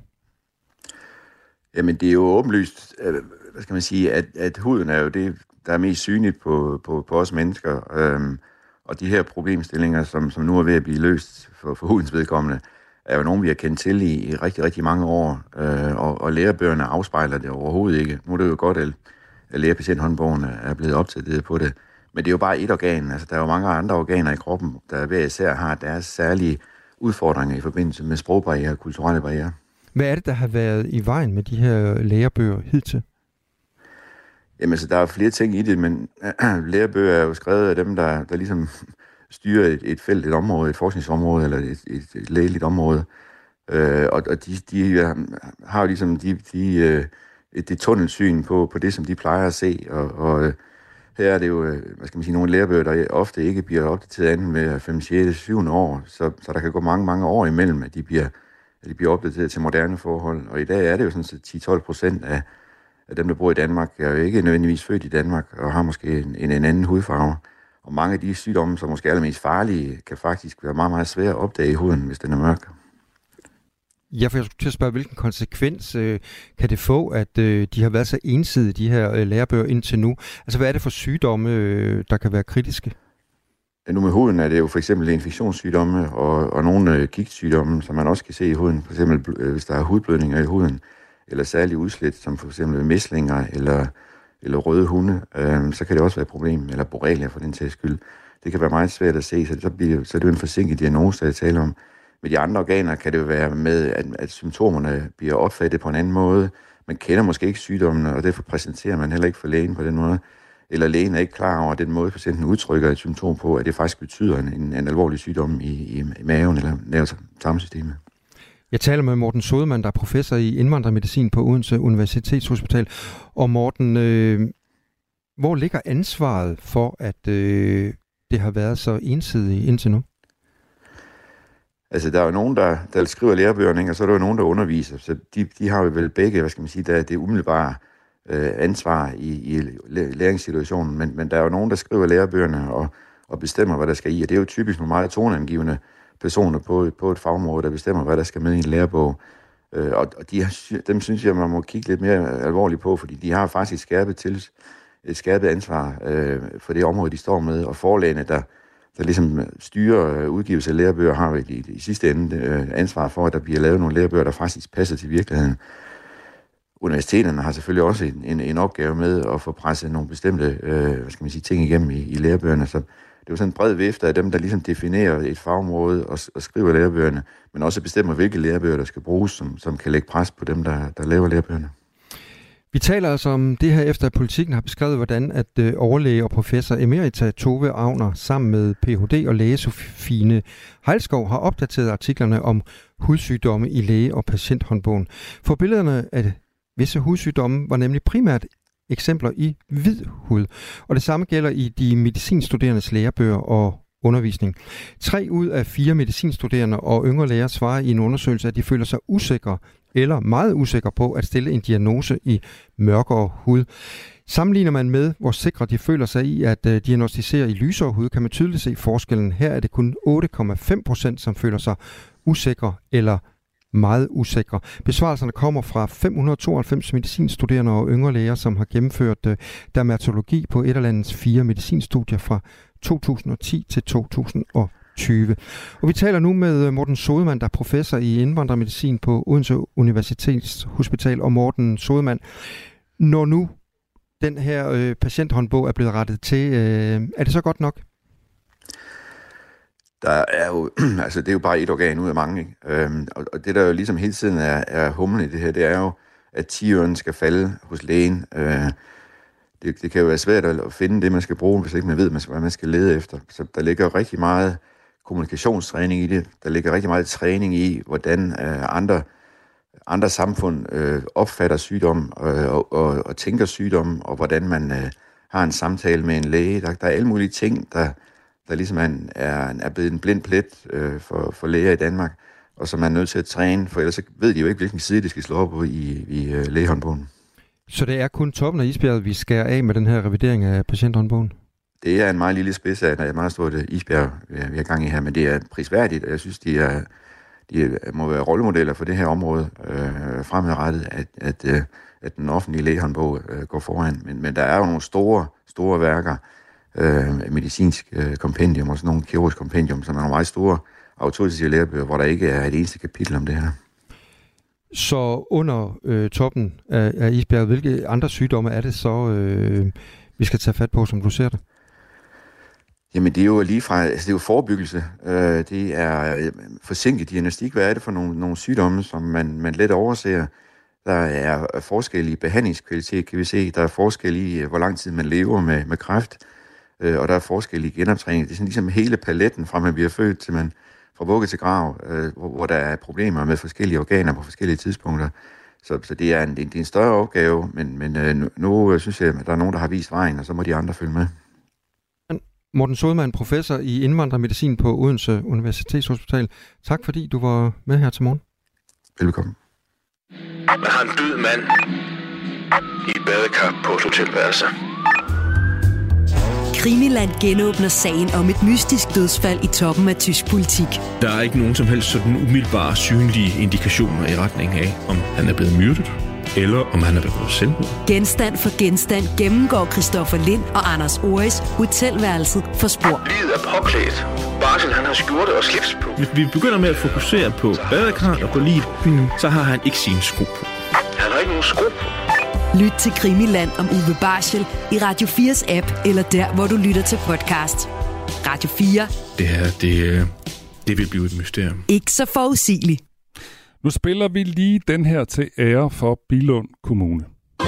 Jamen, det er jo åbenlyst, hvad skal man sige, at, at huden er jo det, der er mest synligt på, på, på os mennesker. Øhm, og de her problemstillinger, som, som nu er ved at blive løst for, for hudens vedkommende, er jo nogen, vi har kendt til i, i rigtig, rigtig mange år. Øh, og, og lærebøgerne afspejler det overhovedet ikke. Nu er det jo godt, at læge-patienthåndbogen er blevet opdateret på det. Men det er jo bare et organ. Altså, der er jo mange andre organer i kroppen, der hver især har deres særlige udfordringer i forbindelse med sprogbarriere og kulturelle barriere. Hvad er det, der har været i vejen med de her lærebøger hidtil? Jamen, så der er flere ting i det, men øh, lærebøger er jo skrevet af dem, der, der ligesom styrer et, et felt, et område, et forskningsområde eller et, et, et lægeligt område. Øh, og og de, de har jo ligesom de, de, øh, et, et tunnelsyn på, på det, som de plejer at se. Og, og her er det jo, hvad skal man sige, nogle lærebøger, der ofte ikke bliver opdateret anden med fem, seks, syv år, så, så der kan gå mange, mange år imellem, at de bliver, at de bliver opdateret til moderne forhold. Og i dag er det jo sådan ti til tolv procent af, af dem, der bor i Danmark, er jo ikke nødvendigvis født i Danmark og har måske en, en, en anden hudfarve. Og mange af de sygdomme, som måske er allermest farlige, kan faktisk være meget, meget svære at opdage i huden, hvis den er mørk. Ja, for jeg skulle til at spørge, hvilken konsekvens øh, kan det få, at øh, de har været så ensidige, de her øh, lærebøger indtil nu? Altså, hvad er det for sygdomme, øh, der kan være kritiske? Ja, nu med huden er det jo for eksempel infektionssygdomme og, og nogle øh, gigtsygdomme, som man også kan se i huden. For eksempel, øh, hvis der er hudblødninger i huden, eller særlige udslæt, som for eksempel mæslinger eller, eller røde hunde, øh, så kan det også være et problem, eller borrelia for den sags skyld. Det kan være meget svært at se, så, så, bliver, så er det jo en forsinket diagnose, der jeg taler om. Med de andre organer kan det jo være med, at, at symptomerne bliver opfattet på en anden måde. Man kender måske ikke sygdommen, og derfor præsenterer man heller ikke for lægen på den måde. Eller lægen er ikke klar over, at den måde, patienten udtrykker et symptom på, at det faktisk betyder en, en, en alvorlig sygdom i, i, i maven eller nervetarmsystemet. Jeg taler med Morten Sodemann, der er professor i indvandrermedicin på Odense Universitetshospital. Og Morten, øh, hvor ligger ansvaret for, at øh, det har været så ensidigt indtil nu? Altså, der er jo nogen, der, der skriver lærebøgerne, og så er der jo nogen, der underviser. Så de, de har jo vel begge, hvad skal man sige, der er det umiddelbare øh, ansvar i, i læringssituationen. Men, men der er jo nogen, der skriver lærebøgerne og, og bestemmer, hvad der skal i. Og det er jo typisk nogle meget toneangivende personer på, på et fagområde, der bestemmer, hvad der skal med i en lærebog. Øh, og og de, dem synes jeg, man må kigge lidt mere alvorligt på, fordi de har faktisk skærpet, til, et skærpet ansvar øh, for det område, de står med. Og forlagene, der der ligesom styrer udgivelse af lærebøger, har jo i, i sidste ende øh, ansvar for, at der bliver lavet nogle lærebøger, der faktisk passer til virkeligheden. Universiteterne har selvfølgelig også en, en, en opgave med at få presset nogle bestemte øh, hvad skal man sige, ting igennem i, i lærebøgerne. Så det er jo sådan en bred vifte af dem, der ligesom definerer et fagområde og, og skriver lærebøgerne, men også bestemmer, hvilke lærebøger, der skal bruges, som, som kan lægge pres på dem, der, der laver lærebøgerne. Vi taler altså om det her, efter at Politikken har beskrevet, hvordan at øh, overlæge og professor emerita Tove Agner sammen med P H D og læge Sofine Heilskov har opdateret artiklerne om hudsygdomme i læge- og patienthåndbogen. For billederne af visse hudsygdomme var nemlig primært eksempler i hvid hud, og det samme gælder i de medicinstuderendes lærebøger og undervisning. Tre ud af fire medicinstuderende og yngre læger svarer i en undersøgelse, at de føler sig usikre eller meget usikre på at stille en diagnose i mørkere hud. Sammenligner man med, hvor sikre de føler sig i at uh, diagnostisere i lysere hud, kan man tydeligt se forskellen. Her er det kun otte komma fem procent, som føler sig usikre eller meget usikre. Besvarelserne kommer fra fem hundrede og tooghalvfems medicinstuderende og yngre læger, som har gennemført uh, dermatologi på et af landets fire medicinstudier fra to tusind og ti til to tusind og tyve. Og vi taler nu med Morten Sodemann, der er professor i indvandrermedicin på Odense Universitetshospital. Og Morten Sodemann, når nu den her øh, patienthåndbog er blevet rettet til, øh, er det så godt nok? Der er jo, altså det er jo bare et organ ud af mange, ikke? Øhm, og, og det der jo ligesom hele tiden er, er humlen i det her, det er jo, at tiøren skal falde hos lægen. Øh, det, det kan jo være svært at finde det, man skal bruge, hvis ikke man ved, hvad man skal lede efter. Så der ligger jo rigtig meget kommunikationstræning i det. Der ligger rigtig meget træning i, hvordan øh, andre, andre samfund øh, opfatter sygdom øh, og, og, og tænker sygdom, og hvordan man øh, har en samtale med en læge. Der, der er alle mulige ting, der, der ligesom er, er, er blevet en blind plet øh, for, for læger i Danmark, og som man er nødt til at træne, for ellers ved de jo ikke, hvilken side de skal slå op på i, i øh, lægehåndbogen. Så det er kun toppen af isbjerget, vi skærer af med den her revidering af patienthåndbogen? Det er en meget lille spids af, der er et meget stort isbjerg, vi har gang i her, men det er prisværdigt, og jeg synes, de, er, de må være rollemodeller for det her område øh, fremadrettet, at, at, øh, at den offentlige lægehåndbog øh, går foran. Men, men der er jo nogle store, store værker, øh, medicinsk øh, kompendium og sådan nogle kirurgisk kompendium, som er nogle meget store autoritative lærebøger, hvor der ikke er et eneste kapitel om det her. Så under øh, toppen af, af isbjerget, hvilke andre sygdomme er det så, øh, vi skal tage fat på, som du ser det? Jamen det er jo lige fra, altså det er jo forebyggelse, øh, det er øh, forsinket diagnostik. Hvad er det for nogle, nogle sygdomme, som man, man let overser? Der er forskel i behandlingskvalitet, kan vi se. Der er forskel i, hvor lang tid man lever med, med kræft, øh, og der er forskel i genoptræning. Det er sådan ligesom hele paletten, fra man bliver født til man fra vugge til grav, øh, hvor, hvor der er problemer med forskellige organer på forskellige tidspunkter. Så, så det, er en, det er en større opgave, men, men øh, nu, nu synes jeg, at der er nogen, der har vist vejen, og så må de andre følge med. Morten Sodemann, professor i indvandrermedicin på Odense Universitetshospital. Tak fordi du var med her til morgen. Velkommen. Man har en død mand i et badekar på et hotelværelse. Krimiland genåbner sagen om et mystisk dødsfald i toppen af tysk politik. Der er ikke nogen som helst sådan umiddelbare synlige indikationer i retning af, om han er blevet myrdet, eller om han er begået selvmord. Genstand for genstand gennemgår Christoffer Lind og Anders Oris hotelværelset for spor. Livet er påklædt. Barsel, han har skjorte og slips på. Hvis vi begynder med at fokusere på badekarret og på livet, mm. så har han ikke sine sko på. Han har Horoskop. Lyt til Krimiland om Uwe Barschel i Radio fires app, eller der, hvor du lytter til podcast. Radio fire. Det her, det, det vil blive et mysterium. Ikke så forudsigeligt. Nu spiller vi lige den her til ære for Billund Kommune.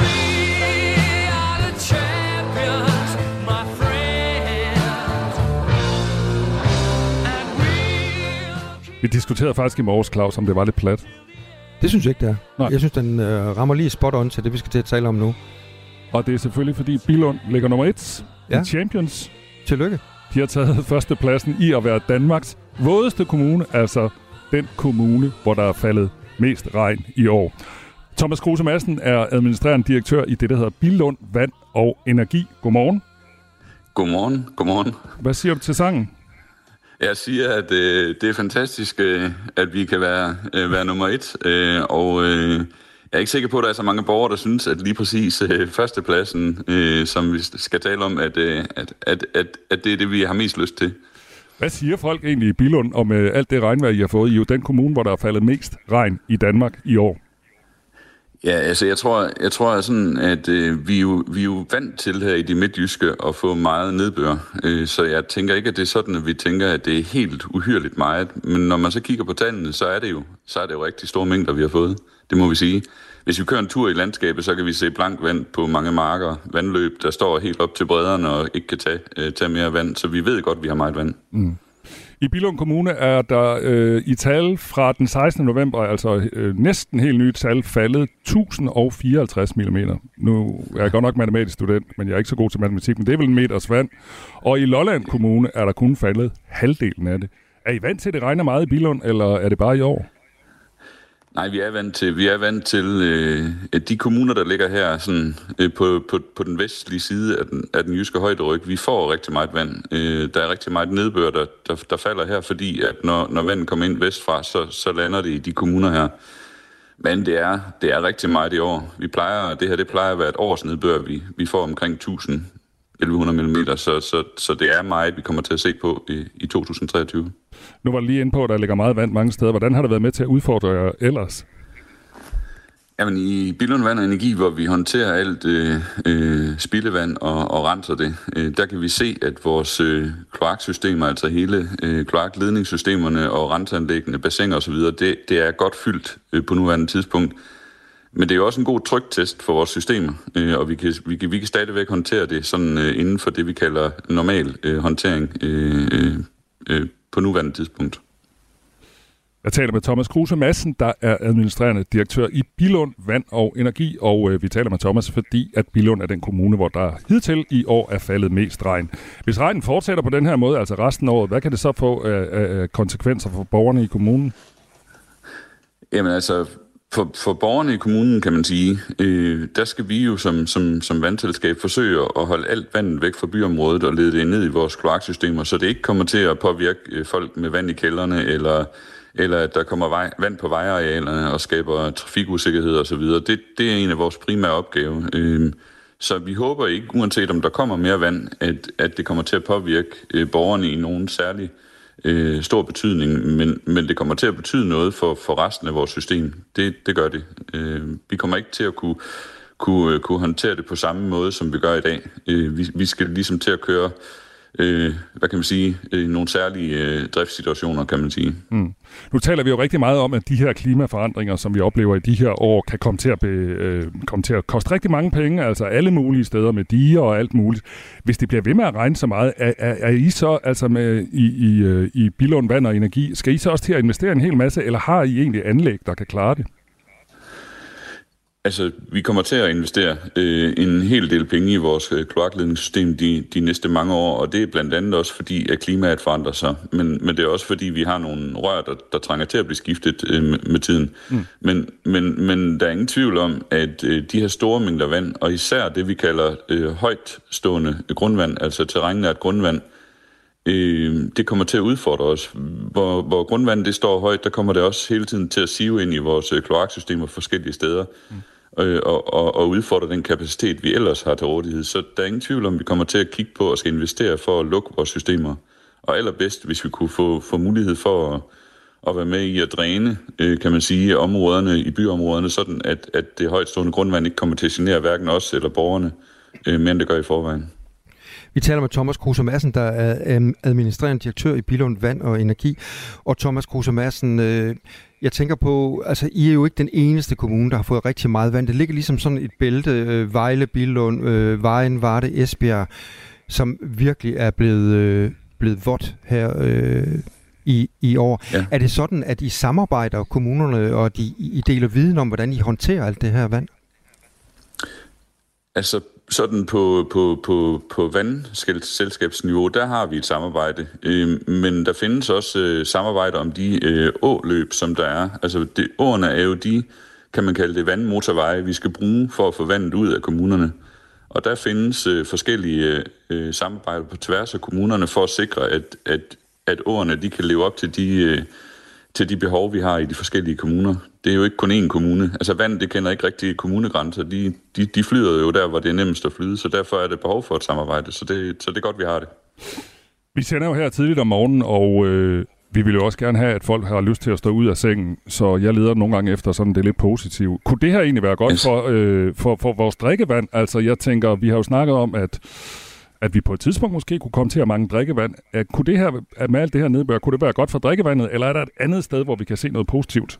Vi diskuterede faktisk i morges, Claus, om det var lidt plat. Det synes jeg ikke, det er. Nej. Jeg synes, den øh, rammer lige spot on til det, vi skal til at tale om nu. Og det er selvfølgelig, fordi Billund ligger nummer et ja. i Champions. Tillykke. De har taget førstepladsen i at være Danmarks vådeste kommune, altså den kommune, hvor der er faldet mest regn i år. Thomas Kruse Madsen er administrerende direktør i det, der hedder Billund Vand og Energi. Godmorgen. Godmorgen. Godmorgen. Hvad siger du til sangen? Jeg siger, at øh, det er fantastisk, øh, at vi kan være, øh, være nummer et, øh, og øh, jeg er ikke sikker på, at der er så mange borgere, der synes, at lige præcis øh, førstepladsen, øh, som vi skal tale om, at, øh, at, at, at, at det er det, vi har mest lyst til. Hvad siger folk egentlig i Billund om øh, alt det regnvejr, I har fået? I er jo den kommune, hvor der er faldet mest regn i Danmark i år. Ja, altså jeg tror, jeg tror sådan, at øh, vi, er jo, vi er jo vant til her i de midtjyske at få meget nedbør. Øh, så jeg tænker ikke, at det er sådan, at vi tænker, at det er helt uhyrligt meget. Men når man så kigger på tallene, så er det jo, så er det jo rigtig store mængder, vi har fået. Det må vi sige. Hvis vi kører en tur i landskabet, så kan vi se blank vand på mange marker. Vandløb, der står helt op til bredderne og ikke kan tage, øh, tage mere vand. Så vi ved godt, at vi har meget vand. Mm. I Billund Kommune er der øh, i tal fra den sekstende november, altså øh, næsten helt nyt tal, faldet et tusind og fireoghalvtreds millimeter. Nu er jeg godt nok matematisk student, men jeg er ikke så god til matematik, men det er vel en meters vand. Og i Lolland Kommune er der kun faldet halvdelen af det. Er I vant til, at det regner meget i Billund, eller er det bare i år? Nej, vi er vant til, vi er vant til øh, de kommuner, der ligger her sådan, øh, på, på, på den vestlige side af den, af den jyske højderyg. Vi får rigtig meget vand. Øh, der er rigtig meget nedbør, der, der, der falder her, fordi at når, når vandet kommer ind vestfra, så, så lander det i de kommuner her. Men det er, det er rigtig meget i år. Vi plejer, det her det plejer at være et års nedbør. Vi, vi får omkring tusind til elleve hundrede millimeter, så, så, så det er meget, vi kommer til at se på i, i to tusind treogtyve. Nu var det lige inde på, at der ligger meget vand mange steder. Hvordan har det været med til at udfordre jer ellers? Jamen i Billund Vand og Energi, hvor vi håndterer alt øh, øh, spildevand og, og renser det, øh, der kan vi se, at vores øh, kloaksystemer, altså hele øh, kloakledningssystemerne og renseanlæggene, bassiner osv., det, det er godt fyldt øh, på nuværende tidspunkt. Men det er jo også en god tryktest for vores systemer, øh, og vi kan, vi, kan, vi kan stadigvæk håndtere det sådan øh, inden for det, vi kalder normal øh, håndtering øh, øh, på nuværende tidspunkt. Jeg taler med Thomas Kruse Madsen, der er administrerende direktør i Billund Vand og Energi, og øh, vi taler med Thomas, fordi at Billund er den kommune, hvor der hidtil i år er faldet mest regn. Hvis regnen fortsætter på den her måde, altså resten af året, hvad kan det så få af, af konsekvenser for borgerne i kommunen? Jamen altså, for, for borgerne i kommunen, kan man sige, øh, der skal vi jo som, som, som vandselskab forsøge at holde alt vandet væk fra byområdet og lede det ned i vores kloaksystemer, så det ikke kommer til at påvirke folk med vand i kældrene, eller eller at der kommer vej, vand på vejarealerne og skaber trafikusikkerhed osv. Det, det er en af vores primære opgaver. Øh, så vi håber ikke, uanset om der kommer mere vand, at, at det kommer til at påvirke øh, borgerne i nogen særlig øh, stor betydning, men, men det kommer til at betyde noget for, for resten af vores system. Det, det gør det. Øh, vi kommer ikke til at kunne, kunne, kunne håndtere det på samme måde, som vi gør i dag. Øh, vi, vi skal ligesom til at køre Øh, hvad kan man sige, øh, nogle særlige øh, driftssituationer, kan man sige. Mm. Nu taler vi jo rigtig meget om, at de her klimaforandringer, som vi oplever i de her år, kan komme til at, be, øh, komme til at koste rigtig mange penge, altså alle mulige steder med diger og alt muligt. Hvis det bliver ved med at regne så meget, er, er, er I så altså med i, i, i Billund Vand og Energi, skal I så også til at investere en hel masse, eller har I egentlig anlæg, der kan klare det? Altså, vi kommer til at investere øh, en hel del penge i vores øh, kloakledningssystem de, de næste mange år, og det er blandt andet også fordi, at klimaet forandrer sig. Men, men det er også fordi, vi har nogle rør, der, der trænger til at blive skiftet øh, med, med tiden. Mm. Men, men, men der er ingen tvivl om, at øh, de her store mængder vand, og især det, vi kalder øh, højtstående grundvand, altså terrænnært grundvand, øh, det kommer til at udfordre os. Hvor, hvor grundvandet det står højt, der kommer det også hele tiden til at sive ind i vores øh, kloaksystemer forskellige steder. Mm. Og, og, og udfordre den kapacitet, vi ellers har til rådighed. Så der er ingen tvivl om, at vi kommer til at kigge på og skal investere for at lukke vores systemer. Og allerbedst, hvis vi kunne få, få mulighed for at, at være med i at dræne, øh, kan man sige, områderne i byområderne, sådan at, at det højtstående grundvand ikke kommer til at genere hverken os eller borgerne, øh, mere end det gør i forvejen. Vi taler med Thomas Kruse Madsen, der er administrerende direktør i Billund Vand og Energi. Og Thomas Kruse Madsen, øh, jeg tænker på, altså I er jo ikke den eneste kommune, der har fået rigtig meget vand. Det ligger ligesom sådan et bælte, øh, Vejle, Billund, øh, Vejen, Varde, Esbjerg, som virkelig er blevet, øh, blevet vådt her øh, i, i år. Ja. Er det sådan, at I samarbejder kommunerne, og de, I deler viden om, hvordan I håndterer alt det her vand? Altså sådan på, på, på, på vandselskabsniveau, der har vi et samarbejde. Øh, men der findes også øh, samarbejde om de øh, åløb, som der er. Altså det, åerne er jo de, kan man kalde det, vandmotorveje, vi skal bruge for at få vandet ud af kommunerne. Og der findes øh, forskellige øh, samarbejder på tværs af kommunerne for at sikre, at, at, at åerne de kan leve op til de, øh, til de behov, vi har i de forskellige kommuner. Det er jo ikke kun én kommune. Altså vand, det kender ikke rigtig kommunegrænser. De, de, de flyder jo der, hvor det er nemmest at flyde, så derfor er det behov for et samarbejde. Så det, så det er godt, vi har det. Vi sender jo her tidligt om morgenen, og øh, vi vil jo også gerne have, at folk har lyst til at stå ud af sengen, så jeg leder nogle gange efter sådan, det er lidt positivt. Kunne det her egentlig være godt for, øh, for, for vores drikkevand? Altså jeg tænker, vi har jo snakket om, at at vi på et tidspunkt måske kunne komme til at mangle drikkevand. At, kunne det her, at med alt det her nedbør, kunne det være godt for drikkevandet, eller er der et andet sted, hvor vi kan se noget positivt?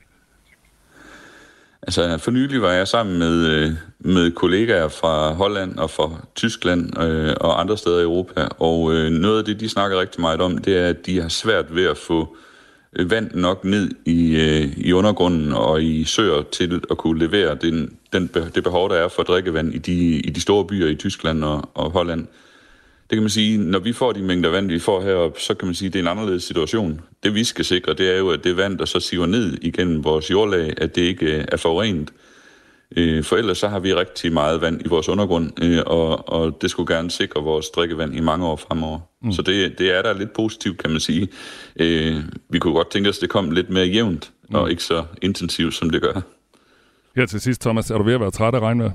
Altså for nylig var jeg sammen med, med kollegaer fra Holland og fra Tyskland øh, og andre steder i Europa, og øh, noget af det, de snakker rigtig meget om, det er, at de har svært ved at få vand nok ned i, øh, i undergrunden og i søer til at kunne levere den, den, det behov, der er for drikkevand i de, i de store byer i Tyskland og, og Holland. Det kan man sige, når vi får de mængder vand, vi får heroppe, så kan man sige, at det er en anderledes situation. Det vi skal sikre, det er jo, at det vand, der så siver ned igennem vores jordlag, at det ikke er forurenet. For ellers så har vi rigtig meget vand i vores undergrund, og, og det skulle gerne sikre vores drikkevand i mange år fremover. Mm. Så det, det er der lidt positivt, kan man sige. Vi kunne godt tænke os, at det kom lidt mere jævnt, mm. og ikke så intensivt, som det gør. Her til sidst, Thomas, er du ved at være træt af regnvejr?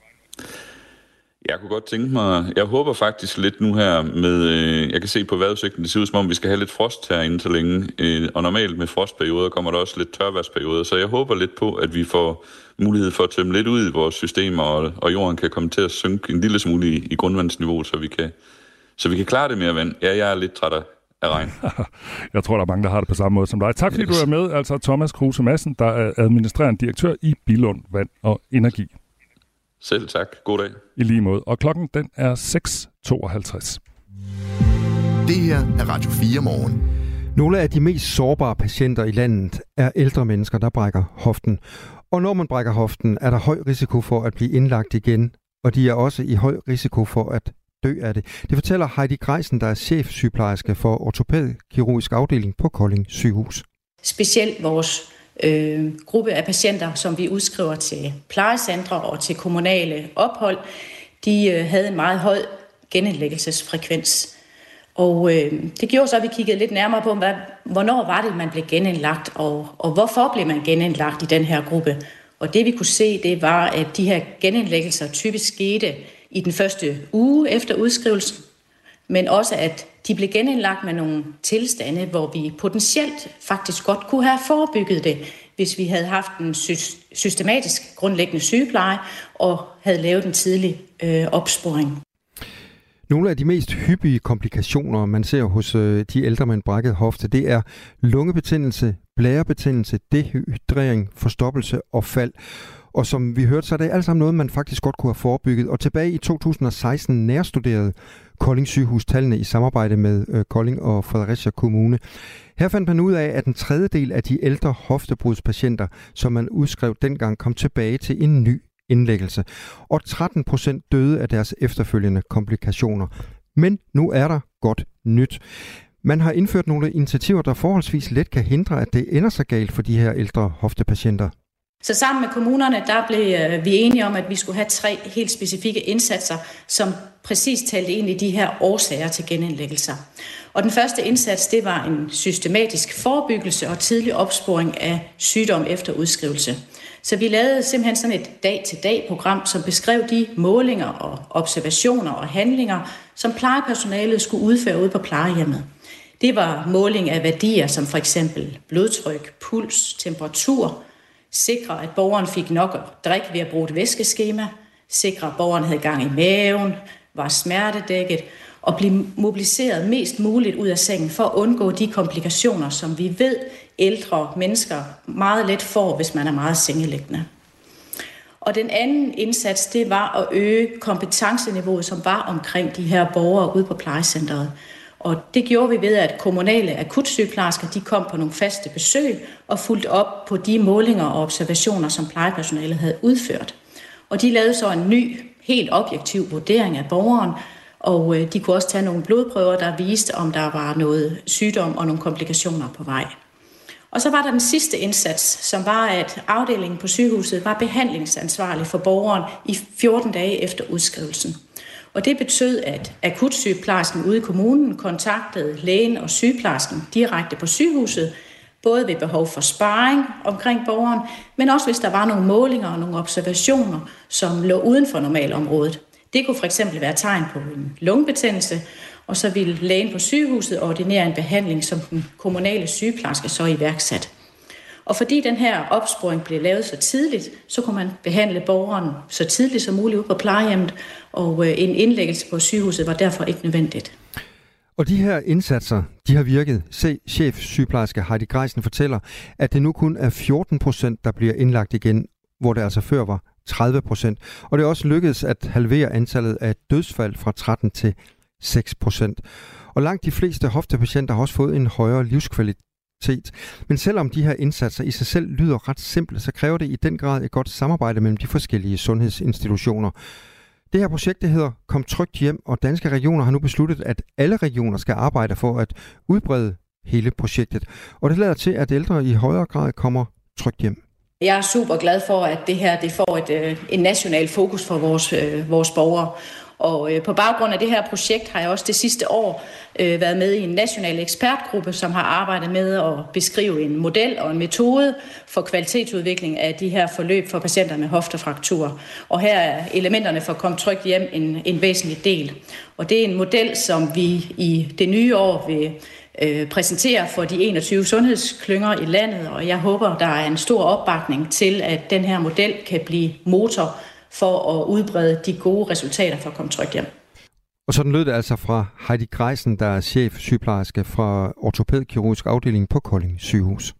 Jeg kunne godt tænke mig, jeg håber faktisk lidt nu her med, øh, jeg kan se på vejrudsigten, det ser ud som om, vi skal have lidt frost herinde så længe, øh, og normalt med frostperioder kommer der også lidt tørværsperioder, så jeg håber lidt på, at vi får mulighed for at tømme lidt ud i vores systemer, og, og jorden kan komme til at synke en lille smule i, i grundvandsniveau, så vi, kan, så vi kan klare det mere vand. Ja, jeg er lidt træt af regn. Jeg tror, der er mange, der har det på samme måde som dig. Tak fordi yes. du er med, altså Thomas Kruse Madsen, der er administrerende direktør i Billund Vand og Energi. Selv tak. God dag. I lige måde. Og klokken den er seks tooghalvtreds. Det her er Radio fire morgen. Nogle af de mest sårbare patienter i landet er ældre mennesker, der brækker hoften. Og når man brækker hoften, er der høj risiko for at blive indlagt igen. Og de er også i høj risiko for at dø af det. Det fortæller Heidi Greisen, der er chefsygeplejerske for ortopædkirurgisk afdeling på Kolding Sygehus. Specielt vores Øh, gruppe af patienter, som vi udskriver til plejecentre og til kommunale ophold, de øh, havde en meget høj genindlæggelsesfrekvens. Og øh, det gjorde så, at vi kiggede lidt nærmere på, hvad, hvornår var det, man blev genindlagt, og, og hvorfor blev man genindlagt i den her gruppe. Og det vi kunne se, det var, at de her genindlæggelser typisk skete i den første uge efter udskrivelsen, men også at de blev genindlagt med nogle tilstande, hvor vi potentielt faktisk godt kunne have forebygget det, hvis vi havde haft en systematisk grundlæggende sygepleje og havde lavet en tidlig øh, opsporing. Nogle af de mest hyppige komplikationer, man ser hos øh, de ældre med en brækket hofte, det er lungebetændelse, blærebetændelse, dehydrering, forstoppelse og fald. Og som vi hørte, så er det alt sammen noget, man faktisk godt kunne have forebygget. Og tilbage i to tusind og seksten nærstuderede Kolding Sygehus tallene i samarbejde med øh, Kolding og Fredericia Kommune. Her fandt man ud af, at en tredjedel af de ældre hoftebrudspatienter, som man udskrev dengang, kom tilbage til en ny indlæggelse. Og tretten procent døde af deres efterfølgende komplikationer. Men nu er der godt nyt. Man har indført nogle initiativer, der forholdsvis let kan hindre, at det ender så galt for de her ældre hoftepatienter. Så sammen med kommunerne, der blev vi enige om, at vi skulle have tre helt specifikke indsatser, som præcis talte ind i de her årsager til genindlæggelser. Og den første indsats, det var en systematisk forebyggelse og tidlig opsporing af sygdom efter udskrivelse. Så vi lavede simpelthen sådan et dag-til-dag-program, som beskrev de målinger og observationer og handlinger, som plejepersonalet skulle udføre ude på plejehjemmet. Det var måling af værdier som for eksempel blodtryk, puls, temperatur, sikre at borgeren fik nok at drikke ved at bruge et væskeskema, sikre at borgeren havde gang i maven, var smertedækket og blive mobiliseret mest muligt ud af sengen for at undgå de komplikationer, som vi ved ældre mennesker meget let får, hvis man er meget sengeliggende. Og den anden indsats, det var at øge kompetenceniveauet, som var omkring de her borgere ude på plejecentret. Og det gjorde vi ved, at kommunale akutsygeplejersker, de kom på nogle faste besøg og fulgte op på de målinger og observationer, som plejepersonalet havde udført. Og de lavede så en ny, helt objektiv vurdering af borgeren, og de kunne også tage nogle blodprøver, der viste, om der var noget sygdom og nogle komplikationer på vej. Og så var der den sidste indsats, som var, at afdelingen på sygehuset var behandlingsansvarlig for borgeren i fjorten dage efter udskrivelsen. Og det betød, at akutsygeplejersken ude i kommunen kontaktede lægen og sygeplejersken direkte på sygehuset, både ved behov for sparring omkring borgeren, men også hvis der var nogle målinger og nogle observationer, som lå uden for normalområdet. Det kunne for eksempel være tegn på en lungebetændelse, og så ville lægen på sygehuset ordinere en behandling, som den kommunale sygeplejerske så iværksat. Og fordi den her opsporing blev lavet så tidligt, så kunne man behandle borgeren så tidligt som muligt ude på plejehjemmet, og en indlæggelse på sygehuset var derfor ikke nødvendigt. Og de her indsatser, de har virket. Se, chefsygeplejerske Heidi Greisen fortæller, at det nu kun er fjorten procent, der bliver indlagt igen, hvor det altså før var tredive procent. Og det er også lykkedes at halvere antallet af dødsfald fra tretten til seks procent. Og langt de fleste hoftepatienter har også fået en højere livskvalitet. Men selvom de her indsatser i sig selv lyder ret simple, så kræver det i den grad et godt samarbejde mellem de forskellige sundhedsinstitutioner. Det her projekt, det hedder Kom Trygt Hjem, og Danske Regioner har nu besluttet, at alle regioner skal arbejde for at udbrede hele projektet. Og det lader til, at ældre i højere grad kommer trygt hjem. Jeg er super glad for, at det her det får et, en national fokus for vores, vores borgere. Og på baggrund af det her projekt har jeg også det sidste år øh, været med i en national ekspertgruppe, som har arbejdet med at beskrive en model og en metode for kvalitetsudvikling af de her forløb for patienter med hoftefrakturer. Og her er elementerne for Kom Trygt Hjem en, en væsentlig del. Og det er en model, som vi i det nye år vil øh, præsentere for de enogtyve sundhedsklynger i landet. Og jeg håber, der er en stor opbakning til, at den her model kan blive motor for at udbrede de gode resultater for at komme trygt hjem. Og sådan lød det altså fra Heidi Greisen, der er chef sygeplejerske fra ortopædkirurgisk afdeling på Kolding Sygehus.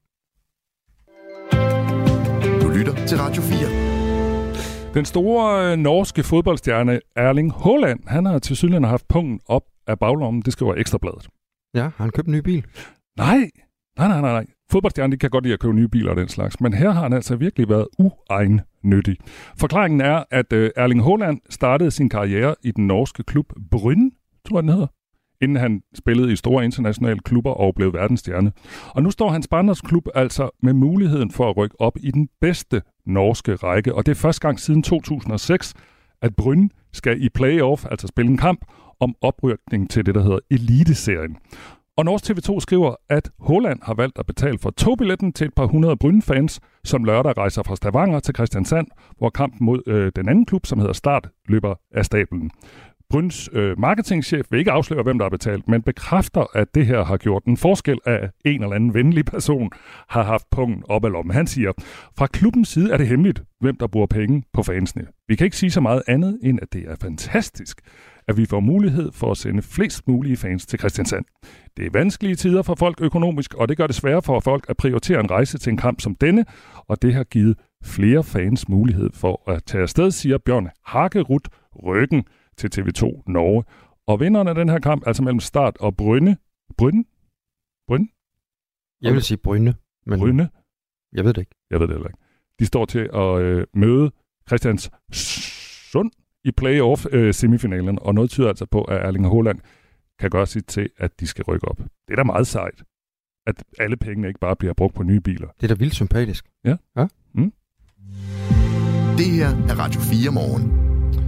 Du lytter til Radio fire. Den store norske fodboldstjerne Erling Haaland, han har til synligheden haft pungen op af baglommen. Det skriver Ekstrabladet. Ja, har han købt en ny bil? Nej, nej, nej, nej. Fodboldstjerner, de kan godt lide at købe nye biler og den slags, men her har han altså virkelig været uegennyttig. Forklaringen er, at uh, Erling Haaland startede sin karriere i den norske klub Brynn, tror jeg den hedder, inden han spillede i store internationale klubber og blev verdensstjerne. Og nu står hans barndomsklub altså med muligheden for at rykke op i den bedste norske række, og det er første gang siden to tusind og seks, at Brynn skal i playoff, altså spille en kamp, om oprykning til det, der hedder Eliteserien. Og Norsk T V to skriver, at Haaland har valgt at betale for togbilletten til et par hundrede Brynn-fans, som lørdag rejser fra Stavanger til Kristiansand, hvor kampen mod øh, den anden klub, som hedder Start, løber af stablen. Brynns øh, marketingchef vil ikke afsløre, hvem der har betalt, men bekræfter, at det her har gjort en forskel, af en eller anden venlig person har haft pungen op ad lommen. Han siger, fra klubbens side er det hemmeligt, hvem der bruger penge på fansene. Vi kan ikke sige så meget andet, end at det er fantastisk, at vi får mulighed for at sende flest mulige fans til Kristiansand. Det er vanskelige tider for folk økonomisk, og det gør det sværere for folk at prioritere en rejse til en kamp som denne, og det har givet flere fans mulighed for at tage afsted, siger Bjørn Hagerud Røggen til T V to Norge. Og vinderen af den her kamp, altså mellem Start og Brynne. Brynne? Brynne? Jeg vil sige Brynne. Men Brynne? Jeg ved det ikke. Jeg ved det heller ikke. De står til at øh, møde Kristiansund i playoff-semifinalen, øh, og noget tyder altså på, at Erling Haaland kan gøre sit til, at de skal rykke op. Det er da meget sejt, at alle pengene ikke bare bliver brugt på nye biler. Det er da vildt sympatisk. Ja. ja? Mm. Det her er Radio fire morgen.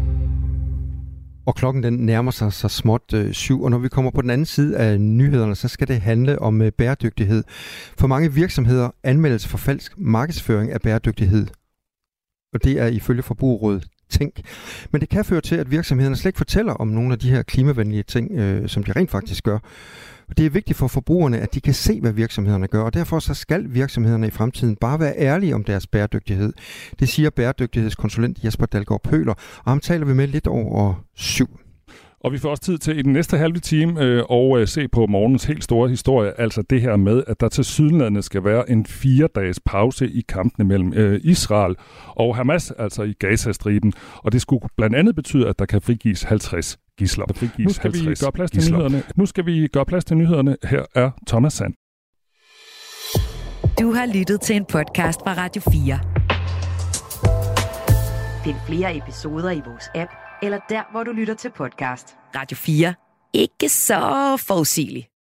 Og klokken den nærmer sig så småt øh, syv, og når vi kommer på den anden side af nyhederne, så skal det handle om øh, bæredygtighed. For mange virksomheder anmeldes for falsk markedsføring af bæredygtighed. Og det er ifølge Forbrugerrådet Tænk. Men det kan føre til, at virksomhederne slet ikke fortæller om nogle af de her klimavenlige ting, øh, som de rent faktisk gør. Det er vigtigt for forbrugerne, at de kan se, hvad virksomhederne gør, og derfor så skal virksomhederne i fremtiden bare være ærlige om deres bæredygtighed. Det siger bæredygtighedskonsulent Jesper Dalgaard Pøler, og ham taler vi med lidt over syv. Og vi får også tid til i den næste halve time øh, og øh, se på morgens helt store historie, altså det her med, at der til sydenlandet skal være en fire dages pause i kampene mellem øh, Israel og Hamas, altså i Gazastriben. Og det skulle blandt andet betyde, at der kan frigives halvtreds gidsler. Nu skal vi gøre plads til nyhederne. Nu skal vi gøre plads til nyhederne. Her er Thomas Sand. Du har lyttet til en podcast fra Radio fire. Find flere episoder i vores app, eller der, hvor du lytter til podcast. Radio fire. Ikke så forudsigeligt.